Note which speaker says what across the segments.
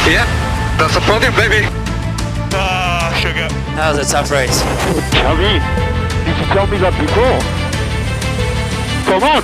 Speaker 1: Yeah, that's a podium, baby.
Speaker 2: Sugar.
Speaker 3: That was a tough race.
Speaker 1: Javi, you should tell me that before. Come on.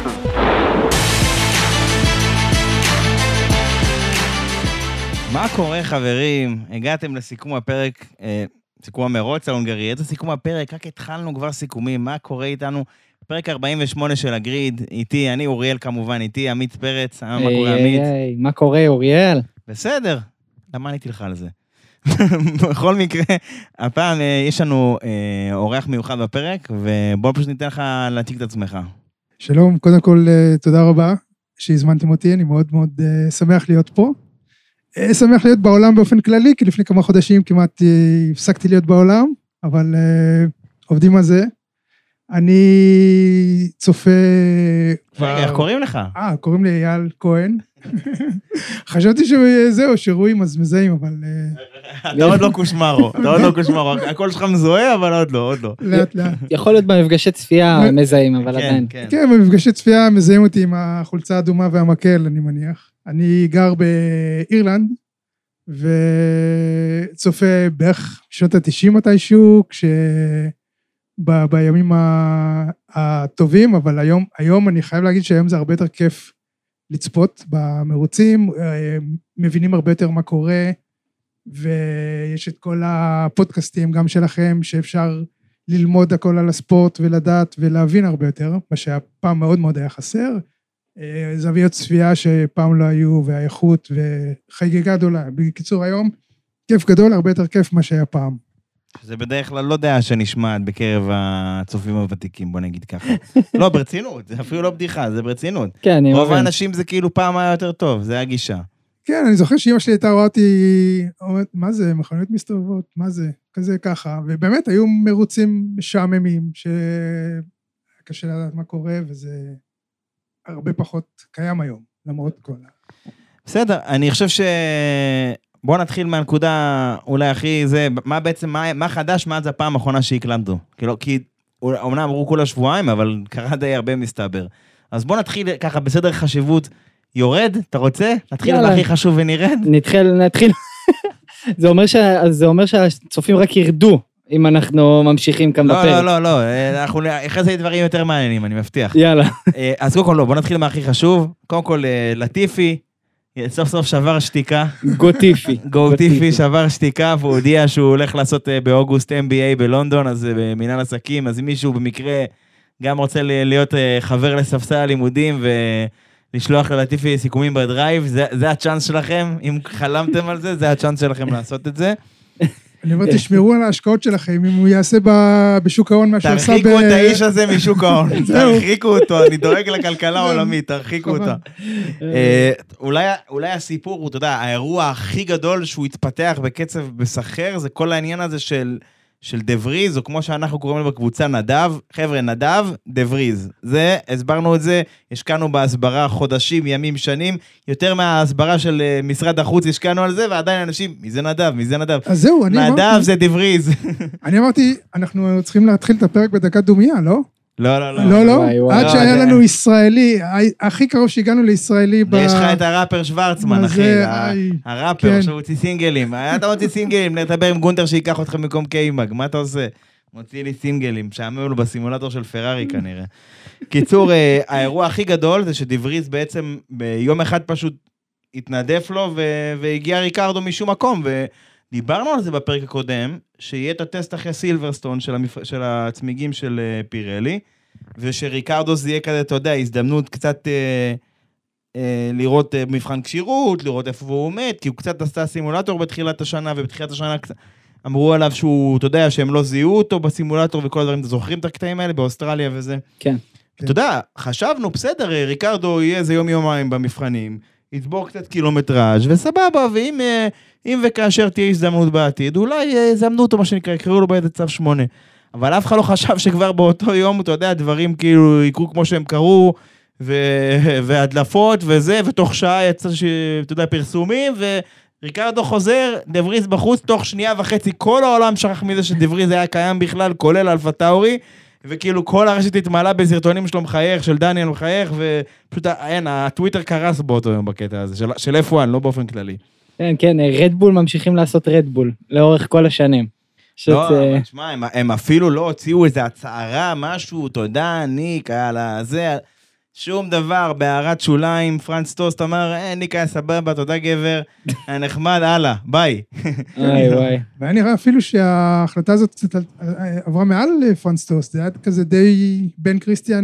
Speaker 4: מה קורה, חברים? הגעתם לסיכום הפרק, סיכום המרוץ ההונגרי. איזה סיכום הפרק? רק התחלנו כבר סיכומים. מה קורה איתנו? פרק 48 של הגריד, איתי, אני אוריאל כמובן, איתי עמית פרץ. מה קורה, עמית?
Speaker 5: מה קורה, אוריאל?
Speaker 4: בסדר. למה עניתי לך על זה? בכל מקרה, הפעם יש לנו אורח מיוחד בפרק, ובוא פשוט ניתן לך להציג את עצמך.
Speaker 6: שלום, קודם כל תודה רבה שהזמנתם אותי, אני מאוד מאוד שמח להיות פה. שמח להיות בעולם באופן כללי, כי לפני כמה חודשים כמעט הפסקתי להיות בעולם, אבל עובדים על זה. אני צופה...
Speaker 4: איך קוראים לך?
Speaker 6: קוראים לי אייל כהן. חשבתי שזהו, שרואים אז מזהים, אבל...
Speaker 4: אתה עוד לא קושמרו, הכל שלך מזוהה, אבל עוד לא.
Speaker 6: לאט לאט.
Speaker 5: יכול להיות במפגשי צפייה מזהים, אבל עדיין.
Speaker 6: כן, במפגשי צפייה מזהים אותי עם החולצה האדומה והמקל, אני מניח. אני גר באירלנד, וצופה בערך שנות ה-90 מתישהו, בימים הטובים, אבל היום אני חייב להגיד שהיום זה הרבה יותר כיף לצפות במרוצים, מבינים הרבה יותר מה קורה, ויש את כל הפודקאסטים גם שלכם, שאפשר ללמוד הכל על הספורט ולדעת ולהבין הרבה יותר, מה שהפעם מאוד מאוד היה חסר, זוויות צפייה שפעם לא היו, והאיכות וחגיגה גדולה. בקיצור היום, כיף גדול, הרבה יותר כיף מה שהיה פעם.
Speaker 4: זה בדרך כלל לא דעה שנשמעת בקרב הצופים הוותיקים, בוא נגיד ככה. לא, ברצינות, זה אפילו לא בדיחה, זה ברצינות.
Speaker 5: כן,
Speaker 4: רוב האנשים זה כאילו פעם היה יותר טוב, זה הגישה.
Speaker 6: כן, אני זוכר שאמא שלי הייתה רואה אותי, מה זה, מכוניות מסתובבות, מה זה, כזה ככה, ובאמת היו מרוצים משעממים, שקשה לדעת מה קורה, וזה הרבה פחות קיים היום, למרות כל.
Speaker 4: בסדר, אני חושב בואו נתחיל מהנקודה, אולי הכי זה, מה בעצם, מה חדש מאז הפעם האחרונה שהקלטנו? כי אומנם אמרו כולה שבועיים, אבל קרה די הרבה מסתבר. אז בואו נתחיל ככה בסדר חשיבות, יורד, אתה רוצה? נתחיל עם הכי חשוב ונרד?
Speaker 5: נתחיל. זה אומר שהצופים רק ירדו, אם אנחנו ממשיכים כאן בפרק.
Speaker 4: לא, אנחנו אחרי זה דברים יותר מעניינים, אני מבטיח.
Speaker 5: יאללה.
Speaker 4: אז קודם כל לא, בואו נתחיל מהכי חשוב. קודם כל, לטיפי, סוף סוף שבר שתיקה. גוטיפי שבר שתיקה, והוא הודיע שהוא הולך לעשות באוגוסט MBA בלונדון, אז במנהל עסקים, אז אם מישהו במקרה גם רוצה להיות חבר לספסל הלימודים, ולשלוח ללטיפי סיכומים בדרייב, זה הצ'אנס שלכם, אם חלמתם על זה, זה הצ'אנס שלכם לעשות את זה.
Speaker 6: אני אומר, תשמרו על ההשקעות שלכם, אם הוא יעשה בשוק ההון מה שעושה
Speaker 4: תרחיקו את האיש הזה משוק ההון, תרחיקו אותו, אני דואג לכלכלה העולמית, תרחיקו אותה. אולי הסיפור הוא, אתה יודע, האירוע הכי גדול שהוא התפתח בקצב בסחר, זה כל העניין הזה של דבריז, או כמו שאנחנו קוראים לו בקבוצה נדב, חבר'ה, נדב, דבריז. זה, הסברנו את זה, השקענו בהסברה חודשים, ימים, שנים, יותר מההסברה של משרד החוץ השקענו על זה, ועדיין אנשים, מי זה נדב?
Speaker 6: אז זהו, אני אמרתי.
Speaker 4: נדב זה דבריז.
Speaker 6: אני אמרתי, אנחנו צריכים להתחיל את הפרק בדקת דומיה, לא?
Speaker 4: לא.
Speaker 6: עד שהיה לנו ישראלי, הכי קרוב שהגענו לישראלי
Speaker 4: יש לך את הראפר שוורצמן, אחי, הראפר שהוציא סינגלים, אתה מוציא סינגלים, נדבר עם גונטר שיקח אותך במקום קיימאג, מה אתה עושה? מוציא לי סינגלים, שעמם לו בסימולטור של פרארי כנראה. קיצור, האירוע הכי גדול זה שדבריז בעצם ביום אחד פשוט התנדף לו, והגיע ריקרדו משום מקום, ודיברנו על זה בפרק הקודם, שיהיה את הטסט אחרי סילברסטון של הצמיגים של פירלי, ושריקרדו זה יהיה כזה, אתה יודע, הזדמנות קצת לראות מבחן קשירות, לראות איפה הוא עומד, כי הוא קצת עשתה סימולטור בתחילת השנה, ובתחילת השנה אמרו עליו שהוא, אתה יודע, שהם לא זיהו אותו בסימולטור וכל הדברים, אתה זוכרים את הקטעים האלה באוסטרליה וזה?
Speaker 5: כן.
Speaker 4: אתה יודע, חשבנו, בסדר, ריקרדו יהיה איזה יום-יומיים במבחנים, יצבור קצת קילומטראז' וסבבה, ואם וכאשר תהיה הזדמנות בעתיד, אולי יזמנו אותו, מה שנקרא, יקראו לו באיזה צו 8. אבל אף אחד לא חשב שכבר באותו יום, אתה יודע, דברים כאילו יקרו כמו שהם קרו, והדלפות וזה, ותוך שעה יצא, אתה יודע, פרסומים, וריקרדו חוזר, דבריז בחוץ, תוך שנייה וחצי, כל העולם שכח מזה שדבריז היה קיים בכלל, כולל אלפה טאורי, וכאילו כל הרשת התמלאה בסרטונים שלו מחייך, של דניאל מחייך, ופשוט, אין, הטוויטר קרס באותו יום בקטע הזה, של F1, לא באופן כללי.
Speaker 5: כן, כן, רדבול ממשיכים לעשות רדבול, לאורך כל השנים.
Speaker 4: לא, אבל תשמע, הם אפילו לא הוציאו איזו הצערה, משהו, תודה, ניק, על זה, שום דבר, בהערת שוליים, פרנץ טוסט אמר, ניק היה סבבה, תודה גבר, נחמד, הלאה, ביי.
Speaker 5: וואי.
Speaker 6: והיה נראה אפילו שההחלטה הזאת קצת עברה מעל פרנץ טוסט, זה היה כזה די בין קריסטיאן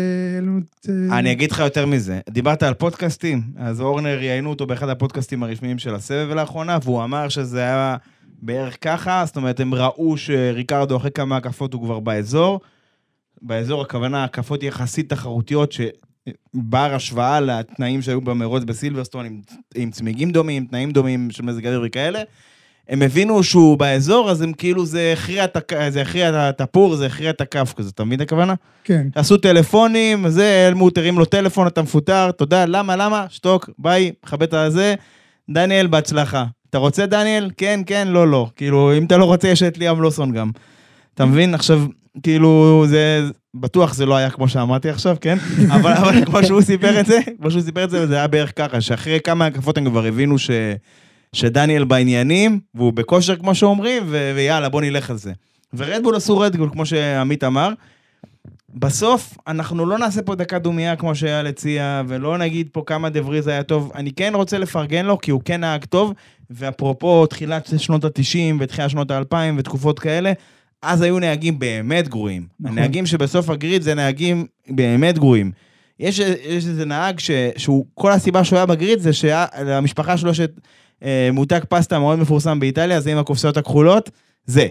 Speaker 4: אני אגיד לך יותר מזה, דיברת על פודקאסטים, אז אורנר ראיינו אותו באחד הפודקאסטים הרשמיים של הסבב לאחרונה, והוא אמר שזה היה בערך ככה, זאת אומרת, הם ראו שריקרדו אחרי כמה הקפות הוא כבר באזור הכוונה, הקפות יחסית תחרותיות, שבר השוואה לתנאים שהיו במרוץ בסילברסטון, עם צמיגים דומים, תנאים דומים של מזג אוויר וכאלה, הם הבינו שהוא באזור, אז הם כאילו זה הכריע את הפור, זה הכריע את הכף כזה, אתה מבין את הכוונה?
Speaker 6: כן.
Speaker 4: עשו טלפונים, זה, אלמו, תרים לו טלפון, אתה מפוטר, תודה, למה, שתוק, ביי, חבט על זה, דניאל, בהצלחה. אתה רוצה דניאל? כן, כן, לא. כאילו, אם אתה לא רוצה, יש את ליאם לוסון גם. אתה מבין? עכשיו, כאילו, זה, בטוח זה לא היה כמו שאמרתי עכשיו, כן? אבל כמו שהוא סיפר את זה, זה היה בערך ככה, שאחרי כמה הקפות הם כבר הבינו שדניאל בעניינים, והוא בכושר כמו שאומרים, ויאללה, בוא נלך על זה. ורדבול עשו רדבול, כמו שעמית אמר, בסוף, אנחנו לא נעשה פה דקה דומיה כמו שהיה לציע, ולא נגיד פה כמה דבריז היה טוב, אני כן רוצה לפרגן לו, כי הוא כן נהג טוב, ואפרופו תחילת שנות ה-90 ותחילת שנות ה-2000 ותקופות כאלה, אז היו נהגים באמת גרועים. נכון. הנהגים שבסוף הגריד זה נהגים באמת גרועים. יש איזה נהג שהוא, כל הסיבה שהוא היה בגריד זה שהמשפחה שלו מותג פסטה מאוד מפורסם באיטליה, זה עם הקופסאות הכחולות, זה.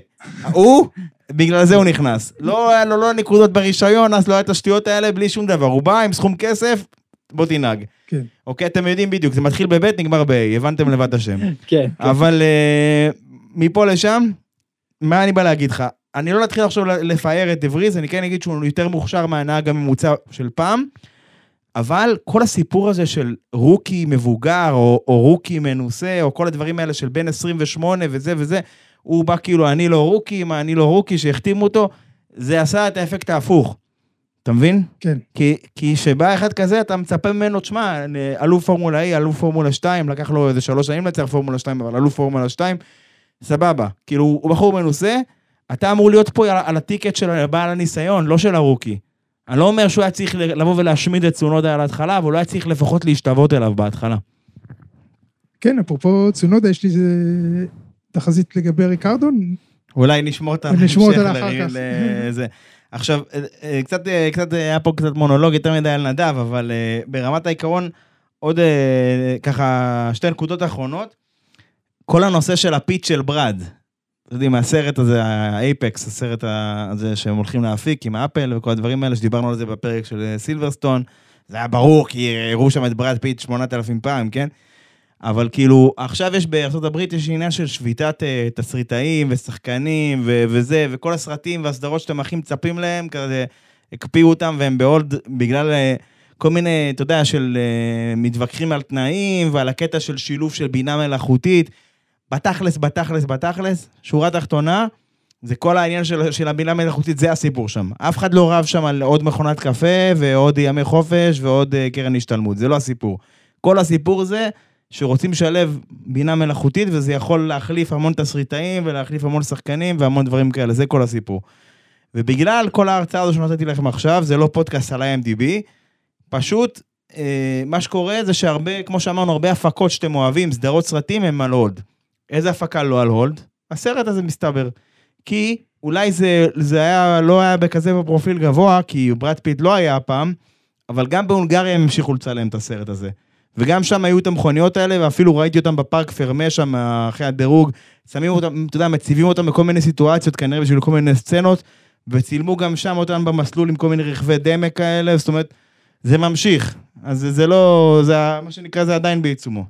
Speaker 4: בגלל זה הוא נכנס. לא היה לו נקודות ברישיון, אז לא היה את השטויות האלה בלי שום דבר. הוא בא עם סכום כסף, בוא תנהג.
Speaker 6: כן.
Speaker 4: אוקיי, אתם יודעים בדיוק, זה מתחיל בבית, נגמר ב-A, הבנתם לבד השם.
Speaker 5: כן.
Speaker 4: אבל מפה לשם, מה אני בא להגיד לך? אני לא נתחיל עכשיו לפאר את דבריז, אני כן אגיד שהוא יותר מוכשר מהנהג הממוצע של פעם, אבל כל הסיפור הזה של רוקי מבוגר, או רוקי מנוסה, או כל הדברים האלה של בין 28 וזה, הוא בא כאילו, אני לא רוקי, שהחתימו אותו, זה עשה את האפקט ההפוך. אתה מבין?
Speaker 6: כן.
Speaker 4: כי שבא אחד כזה, אתה מצפה ממנו, תשמע, אלוף פורמולה E, אלוף פורמולה 2, לקח לו איזה 3 שנים לצליח פורמולה 2, אבל אלוף פורמולה 2, סבבה. כאילו, הוא בחור מנוסה, אתה אמור להיות פה על הטיקט של בעל הניסיון, לא של הרוקי. אני לא אומר שהוא היה צריך לבוא ולהשמיד את צונודה על ההתחלה, אבל הוא היה צריך לפחות להשתוות אליו בהתחלה.
Speaker 6: כן, אפרופו צונודה, יש לי תחזית לגבי ריקרדו.
Speaker 4: אולי נשמור אותה
Speaker 6: אחר כך.
Speaker 4: עכשיו, קצת היה פה קצת מונולוג יותר מדי על נדב, אבל ברמת העיקרון, עוד ככה 2 נקודות האחרונות, כל הנושא של הפיץ של ברד, אתה יודעים, הסרט הזה, האייפקס, הסרט הזה שהם הולכים להפיק עם אפל וכל הדברים האלה, שדיברנו על זה בפרק של סילברסטון, זה היה ברור, כי הראו שם את ברד פיט 8,000 פעם, כן? אבל כאילו, עכשיו יש בארצות הברית, יש עניין של שביתת תסריטאים ושחקנים וזה, וכל הסרטים והסדרות שאתם הכי מצפים להם, כזה, הקפיאו אותם והם בעוד, בגלל כל מיני, אתה יודע, של מתווכחים על תנאים, ועל הקטע של שילוב של בינה מלאכותית, בתכלס, שורה תחתונה, זה כל העניין של הבינה מלאכותית, זה הסיפור שם. אף אחד לא רב שם על עוד מכונת קפה, ועוד ימי חופש, ועוד קרן השתלמות, זה לא הסיפור. כל הסיפור זה, שרוצים לשלב בינה מלאכותית, וזה יכול להחליף המון תסריטאים, ולהחליף המון שחקנים, והמון דברים כאלה, זה כל הסיפור. ובגלל כל ההרצאה הזו שנתתי לכם עכשיו, זה לא פודקאסט על IMDb, פשוט, מה שקורה זה שהרבה, כמו שאמרנו, הרבה הפקות שאתם אוהבים, סדרות סרטים הם על הולד. איזה הפקה לא על הולד? הסרט הזה מסתבר. כי אולי זה היה, לא היה בכזה בפרופיל גבוה, כי ברד פיט לא היה הפעם, אבל גם בהונגריה הם המשיכו לצלם את הסרט הזה. וגם שם היו את המכוניות האלה, ואפילו ראיתי אותם בפארק פרמה שם, אחרי הדירוג, שמים אותם, אתה יודע, מציבים אותם בכל מיני סיטואציות, כנראה בשביל כל מיני סצנות, וצילמו גם שם אותם במסלול עם כל מיני רכבי דמק כאלה, זאת אומרת, זה ממשיך. אז זה לא, זה מה שנקרא, זה עדיין בעיצומו.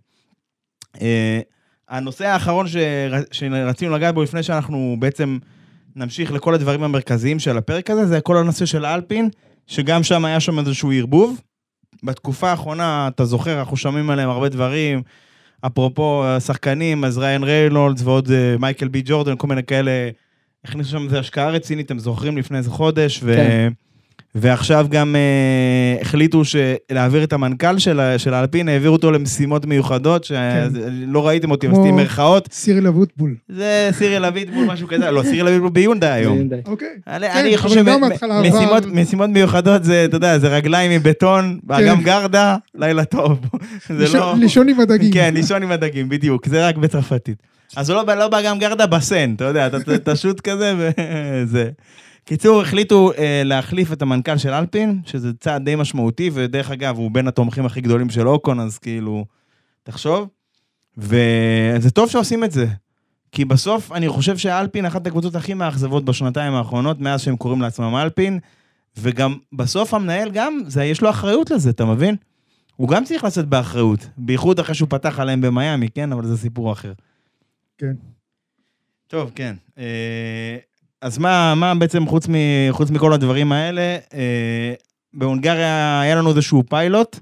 Speaker 4: הנושא האחרון שרצינו לגעת בו לפני שאנחנו בעצם נמשיך לכל הדברים המרכזיים של הפרק הזה, זה כל הנושא של אלפין, שגם שם היה שם איזשהו ערבוב. בתקופה האחרונה, אתה זוכר, אנחנו שומעים עליהם הרבה דברים, אפרופו שחקנים, אז ריין ריינולדס ועוד מייקל בי ג'ורדן, כל מיני כאלה, הכניסו שם איזו השקעה רצינית, הם זוכרים לפני איזה חודש, ועכשיו גם החליטו להעביר את המנכ"ל של האלפין, העבירו אותו למשימות מיוחדות, שלא ראיתם אותי, עשיתי מרכאות.
Speaker 6: סיריל אבוטבול.
Speaker 4: זה סיריל אבוטבול, משהו כזה, לא, סיריל אבוטבול ביונדאי היום.
Speaker 6: אוקיי.
Speaker 4: אני חושב, משימות מיוחדות זה, אתה יודע, זה רגליים מבטון, באגם גרדה, לילה טוב.
Speaker 6: לישון עם הדגים.
Speaker 4: כן, לישון עם הדגים, בדיוק, זה רק בצרפתית. אז לא באגם גרדה בסן, אתה יודע, אתה שוט כזה וזה. קיצור, החליטו להחליף את המנכ"ל של אלפין, שזה צעד די משמעותי, ודרך אגב, הוא בין התומכים הכי גדולים של אוקון, אז כאילו, תחשוב. וזה טוב שעושים את זה. כי בסוף, אני חושב שאלפין, אחת הקבוצות הכי מאכזבות בשנתיים האחרונות, מאז שהם קוראים לעצמם אלפין, וגם בסוף המנהל גם, יש לו אחריות לזה, אתה מבין? הוא גם צריך לעשות באחריות, בייחוד אחרי שהוא פתח עליהם במיימי, כן? אבל זה סיפור אחר.
Speaker 6: כן.
Speaker 4: טוב, כן. אז מה בעצם חוץ מכל הדברים האלה, בהונגריה היה לנו איזשהו פיילוט,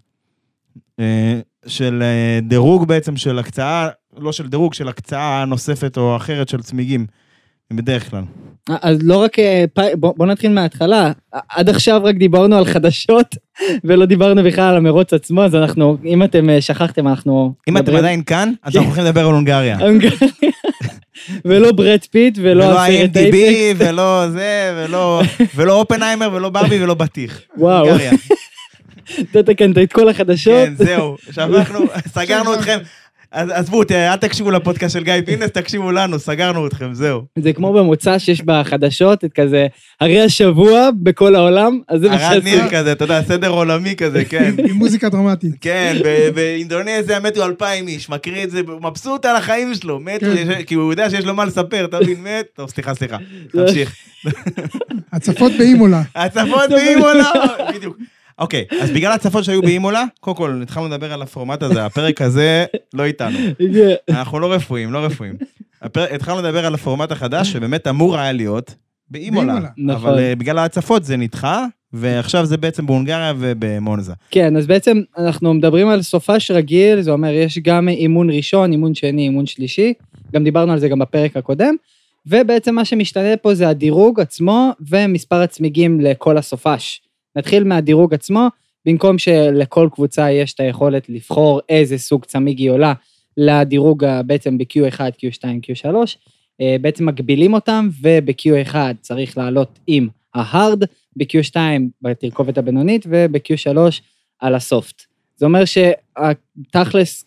Speaker 4: של דירוג בעצם של הקצאה, לא של דירוג, של הקצאה נוספת או אחרת של צמיגים, בדרך כלל.
Speaker 5: אז לא רק, בוא נתחיל מההתחלה, עד עכשיו רק דיברנו על חדשות, ולא דיברנו בכלל על המרוץ עצמו, אז אנחנו, אם אתם שכחתם, אנחנו...
Speaker 4: אם אתם עדיין כאן, אז אנחנו הולכים לדבר על הונגריה.
Speaker 5: ולא ברד פיט, ולא
Speaker 4: הסרט אייפקס. ולא זה, ולא אופנהיימר, ולא ברבי, ולא בטיח.
Speaker 5: וואו. תתקנת את כל החדשות.
Speaker 4: כן, זהו. שאנחנו סגרנו אתכם. אז עזבו, אל תקשיבו לפודקאסט של גיא פינס, תקשיבו לנו, סגרנו אתכם, זהו.
Speaker 5: זה כמו במוצא שיש בחדשות, את כזה, הרי השבוע בכל העולם, אז זה
Speaker 4: הרד ניר כזה, אתה יודע, סדר עולמי כזה, כן.
Speaker 6: עם מוזיקה דרמטית.
Speaker 4: כן, באינדונזיה מתו 2,000 איש, מקריא את זה, מבסוט על החיים שלו, מתו, כי הוא יודע שיש לו מה לספר, אתה מבין, מת? טוב, סליחה, תמשיך.
Speaker 6: הצפות באימולה.
Speaker 4: הצפות באימולה, בדיוק. אוקיי, אז בגלל הצפות שהיו באימולה, קודם כל, התחלנו לדבר על הפורמט הזה, הפרק הזה לא איתנו. אנחנו לא רפואים. התחלנו לדבר על הפורמט החדש, שבאמת אמור היה להיות באימולה. אבל בגלל ההצפות זה נדחה, ועכשיו זה בעצם בהונגריה ובמונזה.
Speaker 5: כן, אז בעצם אנחנו מדברים על סופש רגיל, זה אומר, יש גם אימון ראשון, אימון שני, אימון שלישי, גם דיברנו על זה גם בפרק הקודם, ובעצם מה שמשתנה פה זה הדירוג עצמו, ומספר הצמיגים לכל הסופש. נתחיל מהדירוג עצמו, במקום שלכל קבוצה יש את היכולת לבחור איזה סוג צמיג היא עולה לדירוג בעצם ב-Q1, Q2, Q3, בעצם מגבילים אותם, וב-Q1 צריך לעלות עם ההארד, ב-Q2 בתרכובת הבינונית, וב-Q3 על הסופט. זה אומר שהתכלס,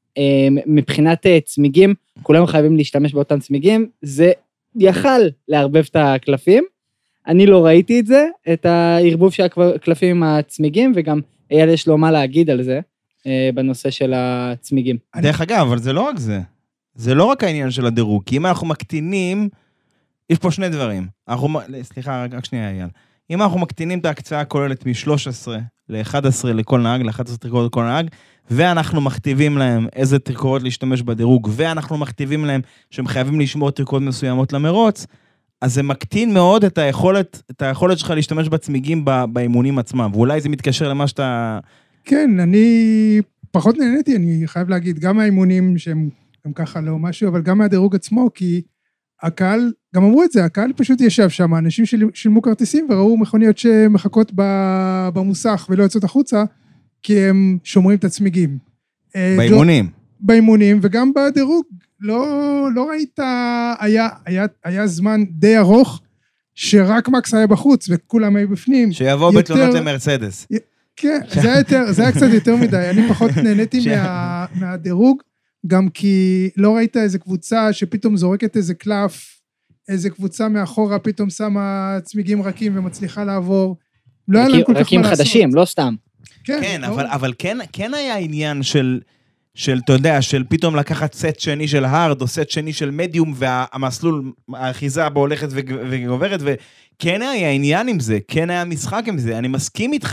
Speaker 5: מבחינת צמיגים, כולם חייבים להשתמש באותם צמיגים, זה יכל להרבב את הקלפים, אני לא ראיתי את זה, את הערבוב של הקלפים עם הצמיגים, וגם אייל יש לו מה להגיד על זה, בנושא של הצמיגים.
Speaker 4: דרך אגב, אבל זה לא רק זה. זה לא רק העניין של הדירוג, כי אם אנחנו מקטינים, יש פה שני דברים. סליחה, רק שנייה, אייל. אם אנחנו מקטינים את ההקצאה הכוללת מ-13 ל-11 לכל נהג, ל-11 תרכובות לכל נהג, ואנחנו מכתיבים להם איזה תרכובות להשתמש בדירוג, ואנחנו מכתיבים להם שהם חייבים לשמור תרכובות מסוימות למרוץ, אז זה מקטין מאוד את היכולת שלך להשתמש בצמיגים באימונים עצמם, ואולי זה מתקשר למה שאתה...
Speaker 6: כן, אני פחות נהניתי, אני חייב להגיד, גם האימונים שהם גם ככה לא משהו, אבל גם מהדירוג עצמו, כי הקהל, גם אמרו את זה, הקהל פשוט ישב שם, אנשים שילמו כרטיסים וראו מכוניות שמחכות במוסך ולא יוצאות החוצה, כי הם שומרים את הצמיגים.
Speaker 4: באימונים.
Speaker 6: באימונים, וגם בדירוג. לא ראית, היה זמן די ארוך, שרק מקס היה בחוץ, וכולם היו בפנים.
Speaker 4: שיבוא בתלונות למרצדס.
Speaker 6: כן, זה היה קצת יותר מדי, אני פחות נהניתי מהדירוג, גם כי לא ראית איזה קבוצה, שפתאום זורקת איזה קלף, איזה קבוצה מאחורה, פתאום שמה צמיגים רכים, ומצליחה לעבור. לא היה להם כל כך מה לעשות.
Speaker 5: רכים חדשים, לא סתם.
Speaker 4: כן, אבל כן היה עניין של, אתה יודע, של פתאום לקחת סט שני של הארד, או סט שני של מדיום, והמסלול, האחיזה בו הולכת וגוברת, וכן היה עניין עם זה, כן היה משחק עם זה, אני מסכים איתך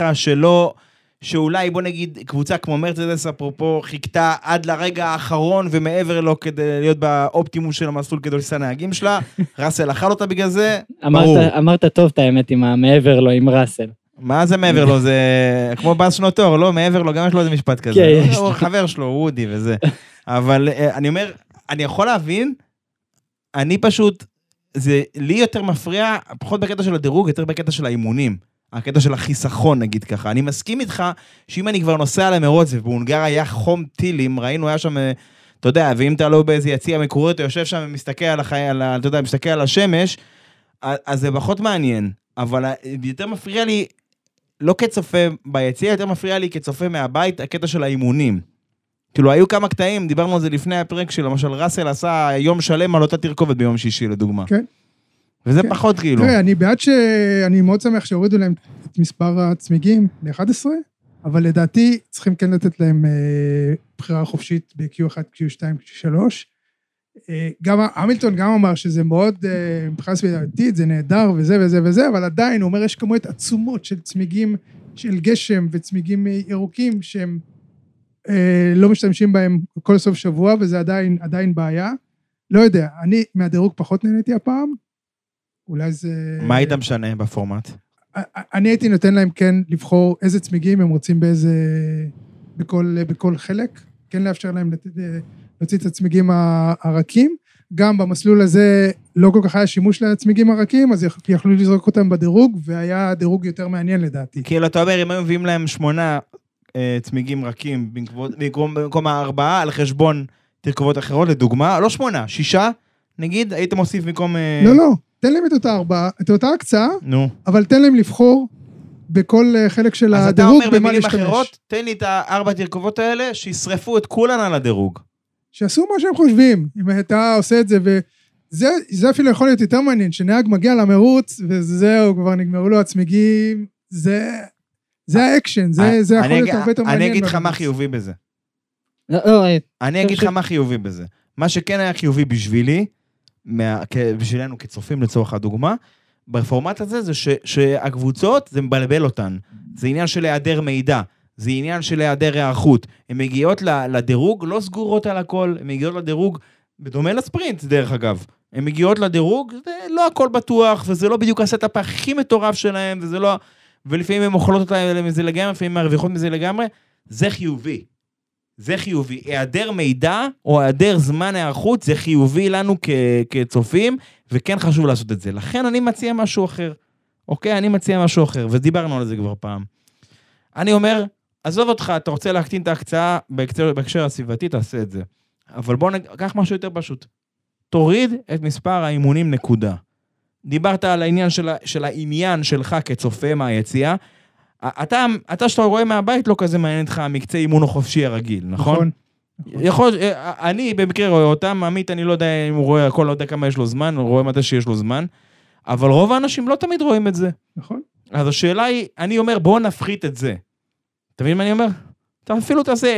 Speaker 4: שאולי בוא נגיד, קבוצה כמו מרצדס, אפרופו, חיכתה עד לרגע האחרון, ומעבר לו כדי להיות באופטימום של המסלול, כדי לסע נהגים שלה, ראסל אכל אותה בגלל זה, ברור.
Speaker 5: אמרת טוב את האמת עם המעבר לו, עם ראסל.
Speaker 4: מה זה מעבר לו? זה כמו בס שנותור, לא? מעבר לו, גם יש לו איזה משפט כזה. הוא חבר שלו, וודי וזה. אבל אני אומר, אני יכול להבין, אני פשוט, זה לי יותר מפריע, פחות בקטע של הדירוג, יותר בקטע של האימונים. הקטע של החיסכון, נגיד ככה. אני מסכים איתך שאם אני כבר נוסע למרוץ, ובהונגר היה חום טילים, ראינו, היה שם, אתה יודע, ואם אתה לא באיזה יציע מקורי, אתה יושב שם ומסתכל על אתה יודע, מסתכל על השמש, אז זה פחות מעניין. אבל יותר מפריע לי, לא כצופה ביציע, יותר מפריע לי כצופה מהבית, הקטע של האימונים. כאילו, היו כמה קטעים, דיברנו על זה לפני הפרק של, למשל, ראסל עשה יום שלם על אותה תרכובת ביום שישי, לדוגמה.
Speaker 6: כן.
Speaker 4: וזה פחות כאילו.
Speaker 6: תראה, אני מאוד שמח שהורידו להם את מספר הצמיגים ל-11, אבל לדעתי צריכים כן לתת להם בחירה חופשית ב-Q1, Q2, Q3. גם המילטון גם אמר שזה מאוד, מבחינה סביבתית, זה נהדר וזה וזה וזה, אבל עדיין הוא אומר, יש כמות עצומות של צמיגים של גשם וצמיגים ירוקים שהם לא משתמשים בהם כל סוף שבוע, וזה עדיין בעיה. לא יודע, אני מהדירוג פחות נהניתי הפעם, אולי זה...
Speaker 4: מה היית משנה בפורמט?
Speaker 6: אני הייתי נותן להם כן לבחור איזה צמיגים הם רוצים בכל חלק, כן לאפשר להם להוציא את הצמיגים הרכים, גם במסלול הזה לא כל כך היה שימוש לצמיגים הרכים, אז יכלו לזרוק אותם בדירוג, והיה דירוג יותר מעניין לדעתי.
Speaker 4: כאילו, אתה אומר, אם היו מביאים להם 8 צמיגים רכים, במקום 4, על חשבון תרכובות אחרות, לדוגמה, לא 8, 6, נגיד, היית מוסיף במקום...
Speaker 6: לא, תן להם את אותה הקצאה, אבל תן להם לבחור בכל חלק של הדירוג,
Speaker 4: אז אתה אומר במילים אחרות, תן לי את 4 תרכובות האלה, שישרפו את כולן על הדירוג.
Speaker 6: שעשו מה שהם חושבים, אם אתה עושה את זה, וזה אפילו יכול להיות יותר מעניין, שנהג מגיע למרוץ, וזהו, כבר נגמרו לו הצמיגים, זה האקשן, זה יכול להיות הרבה יותר מעניין.
Speaker 4: אני אגיד לך מה חיובי בזה. אני אגיד לך מה חיובי בזה. מה שכן היה חיובי בשבילי, בשבילנו כצופים לצורך הדוגמה, בפורמט הזה זה שהקבוצות, זה מבלבל אותן. זה עניין של היעדר מידע, זה עניין של היעדר הערכות. הן מגיעות לדירוג, לא סגורות על הכל, הן מגיעות לדירוג, בדומה לספרינט, דרך אגב. הן מגיעות לדירוג, זה לא הכל בטוח, וזה לא בדיוק הסטאפ הכי מטורף שלהם, וזה לא... ולפעמים הן אוכלות אותה מזה לגמרי, לפעמים מרוויחות מזה לגמרי, זה חיובי. זה חיובי. היעדר מידע, או היעדר זמן הערכות, זה חיובי לנו כצופים, וכן חשוב לעשות את זה. לכן אני מציע משהו אחר. אוקיי? אני מציע משהו אחר, ודיברנו על זה כבר פעם. אני אומר, עזוב אותך, אתה רוצה להקטין את ההקצאה בהקשר הסביבתי, תעשה את זה. אבל בוא נקח משהו יותר פשוט. תוריד את מספר האימונים נקודה. דיברת על העניין של העניין שלך כצופה מהיציאה, אתה שאתה רואה מהבית לא כזה מעניין אותך מקצה אימון או חופשי הרגיל, נכון? נכון. אני במקרה רואה אותם, עמית אני לא יודע אם הוא רואה הכל, לא יודע כמה יש לו זמן, הוא רואה מתי שיש לו זמן, אבל רוב האנשים לא תמיד רואים את זה.
Speaker 6: נכון.
Speaker 4: אז השאלה היא, אני אומר בואו נפחית את זה. אתה מבין מה אני אומר? אתה אפילו תעשה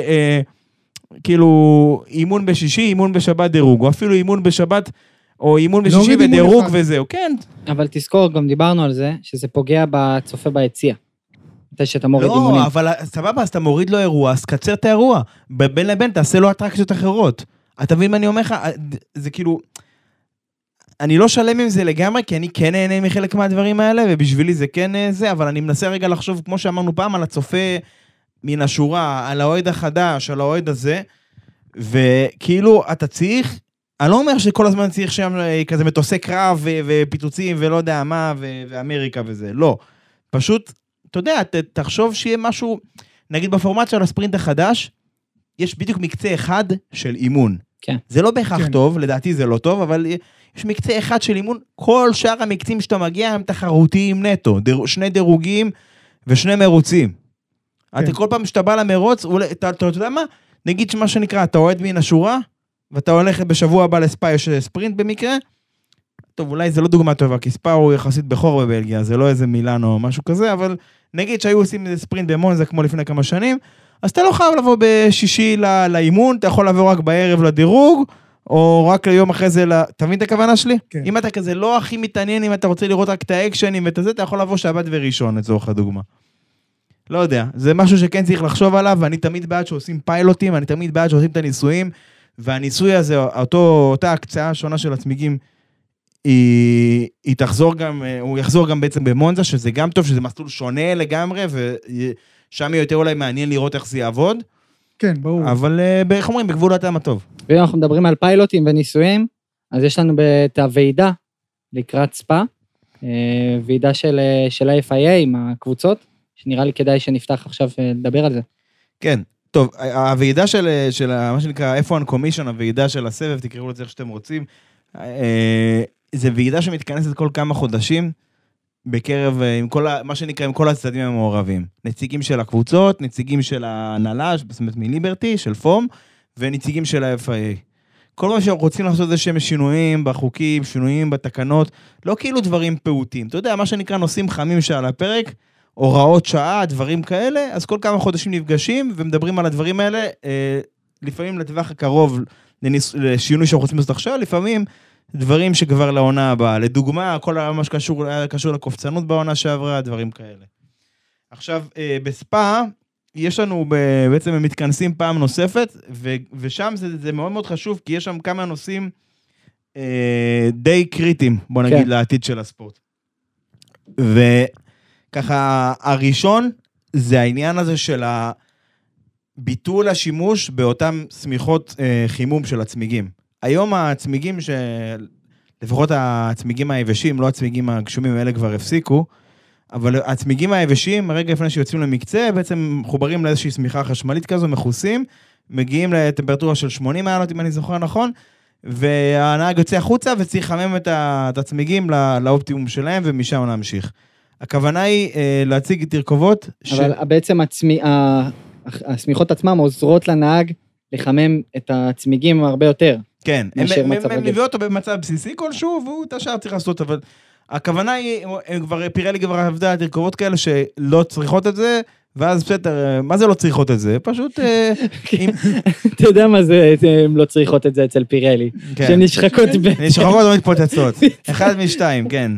Speaker 4: כאילו אימון בשישי, אימון בשבת דירוג, או אפילו אימון בשבת או אימון בשישי ודירוג וזהו, כן.
Speaker 5: אבל תזכור, גם דיברנו על זה, שזה פוגע בצופה ביציע. מתי שאתה מוריד אימונים.
Speaker 4: לא, אבל סבבה, אז אתה מוריד לו אירוע, אז קצר את האירוע. בין לבין, תעשה לו אטרקציות אחרות. אתה מבין מה אני אומר לך? זה כאילו... אני לא שלם עם זה לגמרי, כי אני כן נהנה מחלק מהדברים האלה, ובשבילי זה כן זה, אבל אני מנסה רגע לחשוב, כמו שאמרנו פעם, על הצופה מן השורה, על האוהד החדש, על האוהד הזה, וכאילו, אתה צריך... אני לא אומר שכל הזמן צריך שם כזה מטוסי קרב ופיצוצים ולא יודע מה ואמריקה וזה, לא. פשוט, אתה יודע, תחשוב שיהיה משהו, נגיד בפורמט של הספרינט החדש, יש בדיוק מקצה אחד של אימון.
Speaker 5: כן.
Speaker 4: זה לא בהכרח טוב, לדעתי זה לא טוב, אבל יש מקצה אחד של אימון, כל שאר המקצים שאתה מגיע הם תחרותיים נטו, 2 דירוגים ו2 מרוצים. אתה כל פעם שאתה בא למרוץ, אתה יודע מה? נגיד שמה שנקרא, אתה אוהד מן השורה, ואתה הולך בשבוע הבא לספא, יש ספרינט במקרה, טוב, אולי זה לא דוגמה טובה, כי ספא הוא יחסית בחור בבלגיה, זה לא איזה מילאן או משהו כזה, אבל נגיד שהיו עושים איזה ספרינט במונזה כמו לפני כמה שנים, אז אתה לא חייב לבוא בשישי לאימון, אתה יכול לבוא רק בערב לדירוג, או רק ליום אחרי זה, אתה מבין את הכוונה שלי?
Speaker 6: כן.
Speaker 4: אם אתה כזה לא הכי מתעניין, אם אתה רוצה לראות רק את האקשנים ואת זה, אתה יכול לבוא שבת וראשון, לצורך הדוגמה. לא יודע, זה משהו שכן צריך לחשוב עליו, ואני תמיד בעד שעושים פיילוטים, אני תמיד בעד שעושים את הניסויים, והניסוי הזה, אותה הקצאה השונה של הצמיגים, היא תחזור גם, הוא יחזור גם בעצם במונזה, שזה גם טוב, שזה מסלול שונה לגמרי, ושם יותר אולי מעניין לראות איך זה יעבוד.
Speaker 6: כן, ברור.
Speaker 4: אבל איך אומרים, בגבול הטעם הטוב.
Speaker 5: ואם אנחנו מדברים על פיילוטים וניסויים, אז יש לנו את הוועידה לקראת ספא, ועידה של ה-FIA עם הקבוצות, שנראה לי כדאי שנפתח עכשיו לדבר על זה.
Speaker 4: כן, טוב, הוועידה של מה שנקרא F1 Commission, הוועידה של הסבב, תקראו לזה איך שאתם רוצים, זה ועידה שמתכנסת כל כמה חודשים, בקרב, מה שנקרא, עם כל הצדדים המעורבים. נציגים של הקבוצות, נציגים של ההנהלה, זאת אומרת מליברטי, של פום, ונציגים של ה-FIA. כל מה שאנחנו רוצים לעשות זה שהם שינויים בחוקים, שינויים בתקנות, לא כאילו דברים פעוטים. אתה יודע, מה שנקרא נושאים חמים שעל הפרק, הוראות שעה, דברים כאלה, אז כל כמה חודשים נפגשים ומדברים על הדברים האלה, לפעמים לטווח הקרוב לשינוי שאנחנו רוצים לעשות עכשיו, לפעמים דברים שכבר לעונה הבאה. לדוגמה, כל מה שקשור לקופצנות בעונה שעברה, דברים כאלה. עכשיו, בספא, יש לנו בעצם הם מתכנסים פעם נוספת, ושם זה מאוד מאוד חשוב, כי יש שם כמה נושאים די קריטיים, בוא נגיד, לעתיד של הספורט. וככה, הראשון זה העניין הזה של ביטול השימוש באותם סמיכות חימום של הצמיגים. היום הצמיגים, לפחות הצמיגים היבשים, לא הצמיגים הגשומים האלה כבר הפסיקו, אבל הצמיגים היבשים, הרגע לפני שיוצאים למקצה, בעצם מחוברים לאיזושהי סמיכה חשמלית כזו, מכוסים, מגיעים לטמפרטורה של 80 מעלות, אם אני זוכר נכון, והנהג יוצא החוצה וצריך לחמם את הצמיגים לאופטימום שלהם, ומשם להמשיך. הכוונה היא להציג תרכובות
Speaker 5: אבל בעצם הסמיכות עצמם עוזרות לנהג לחמם את הצמיגים הרבה יותר.
Speaker 4: כן, הם מביאו אותו במצב בסיסי כלשהו, והוא את השאר צריך לעשות, אבל הכוונה היא, פירלי כבר עבדה תרכובות כאלה שלא צריכות את זה, ואז בסדר, מה זה לא צריכות את זה? פשוט...
Speaker 5: אתה יודע מה זה, הם לא צריכות את זה אצל פירלי. שנשחקות
Speaker 4: נשחקות או מתפוצצות. אחד משתיים, כן.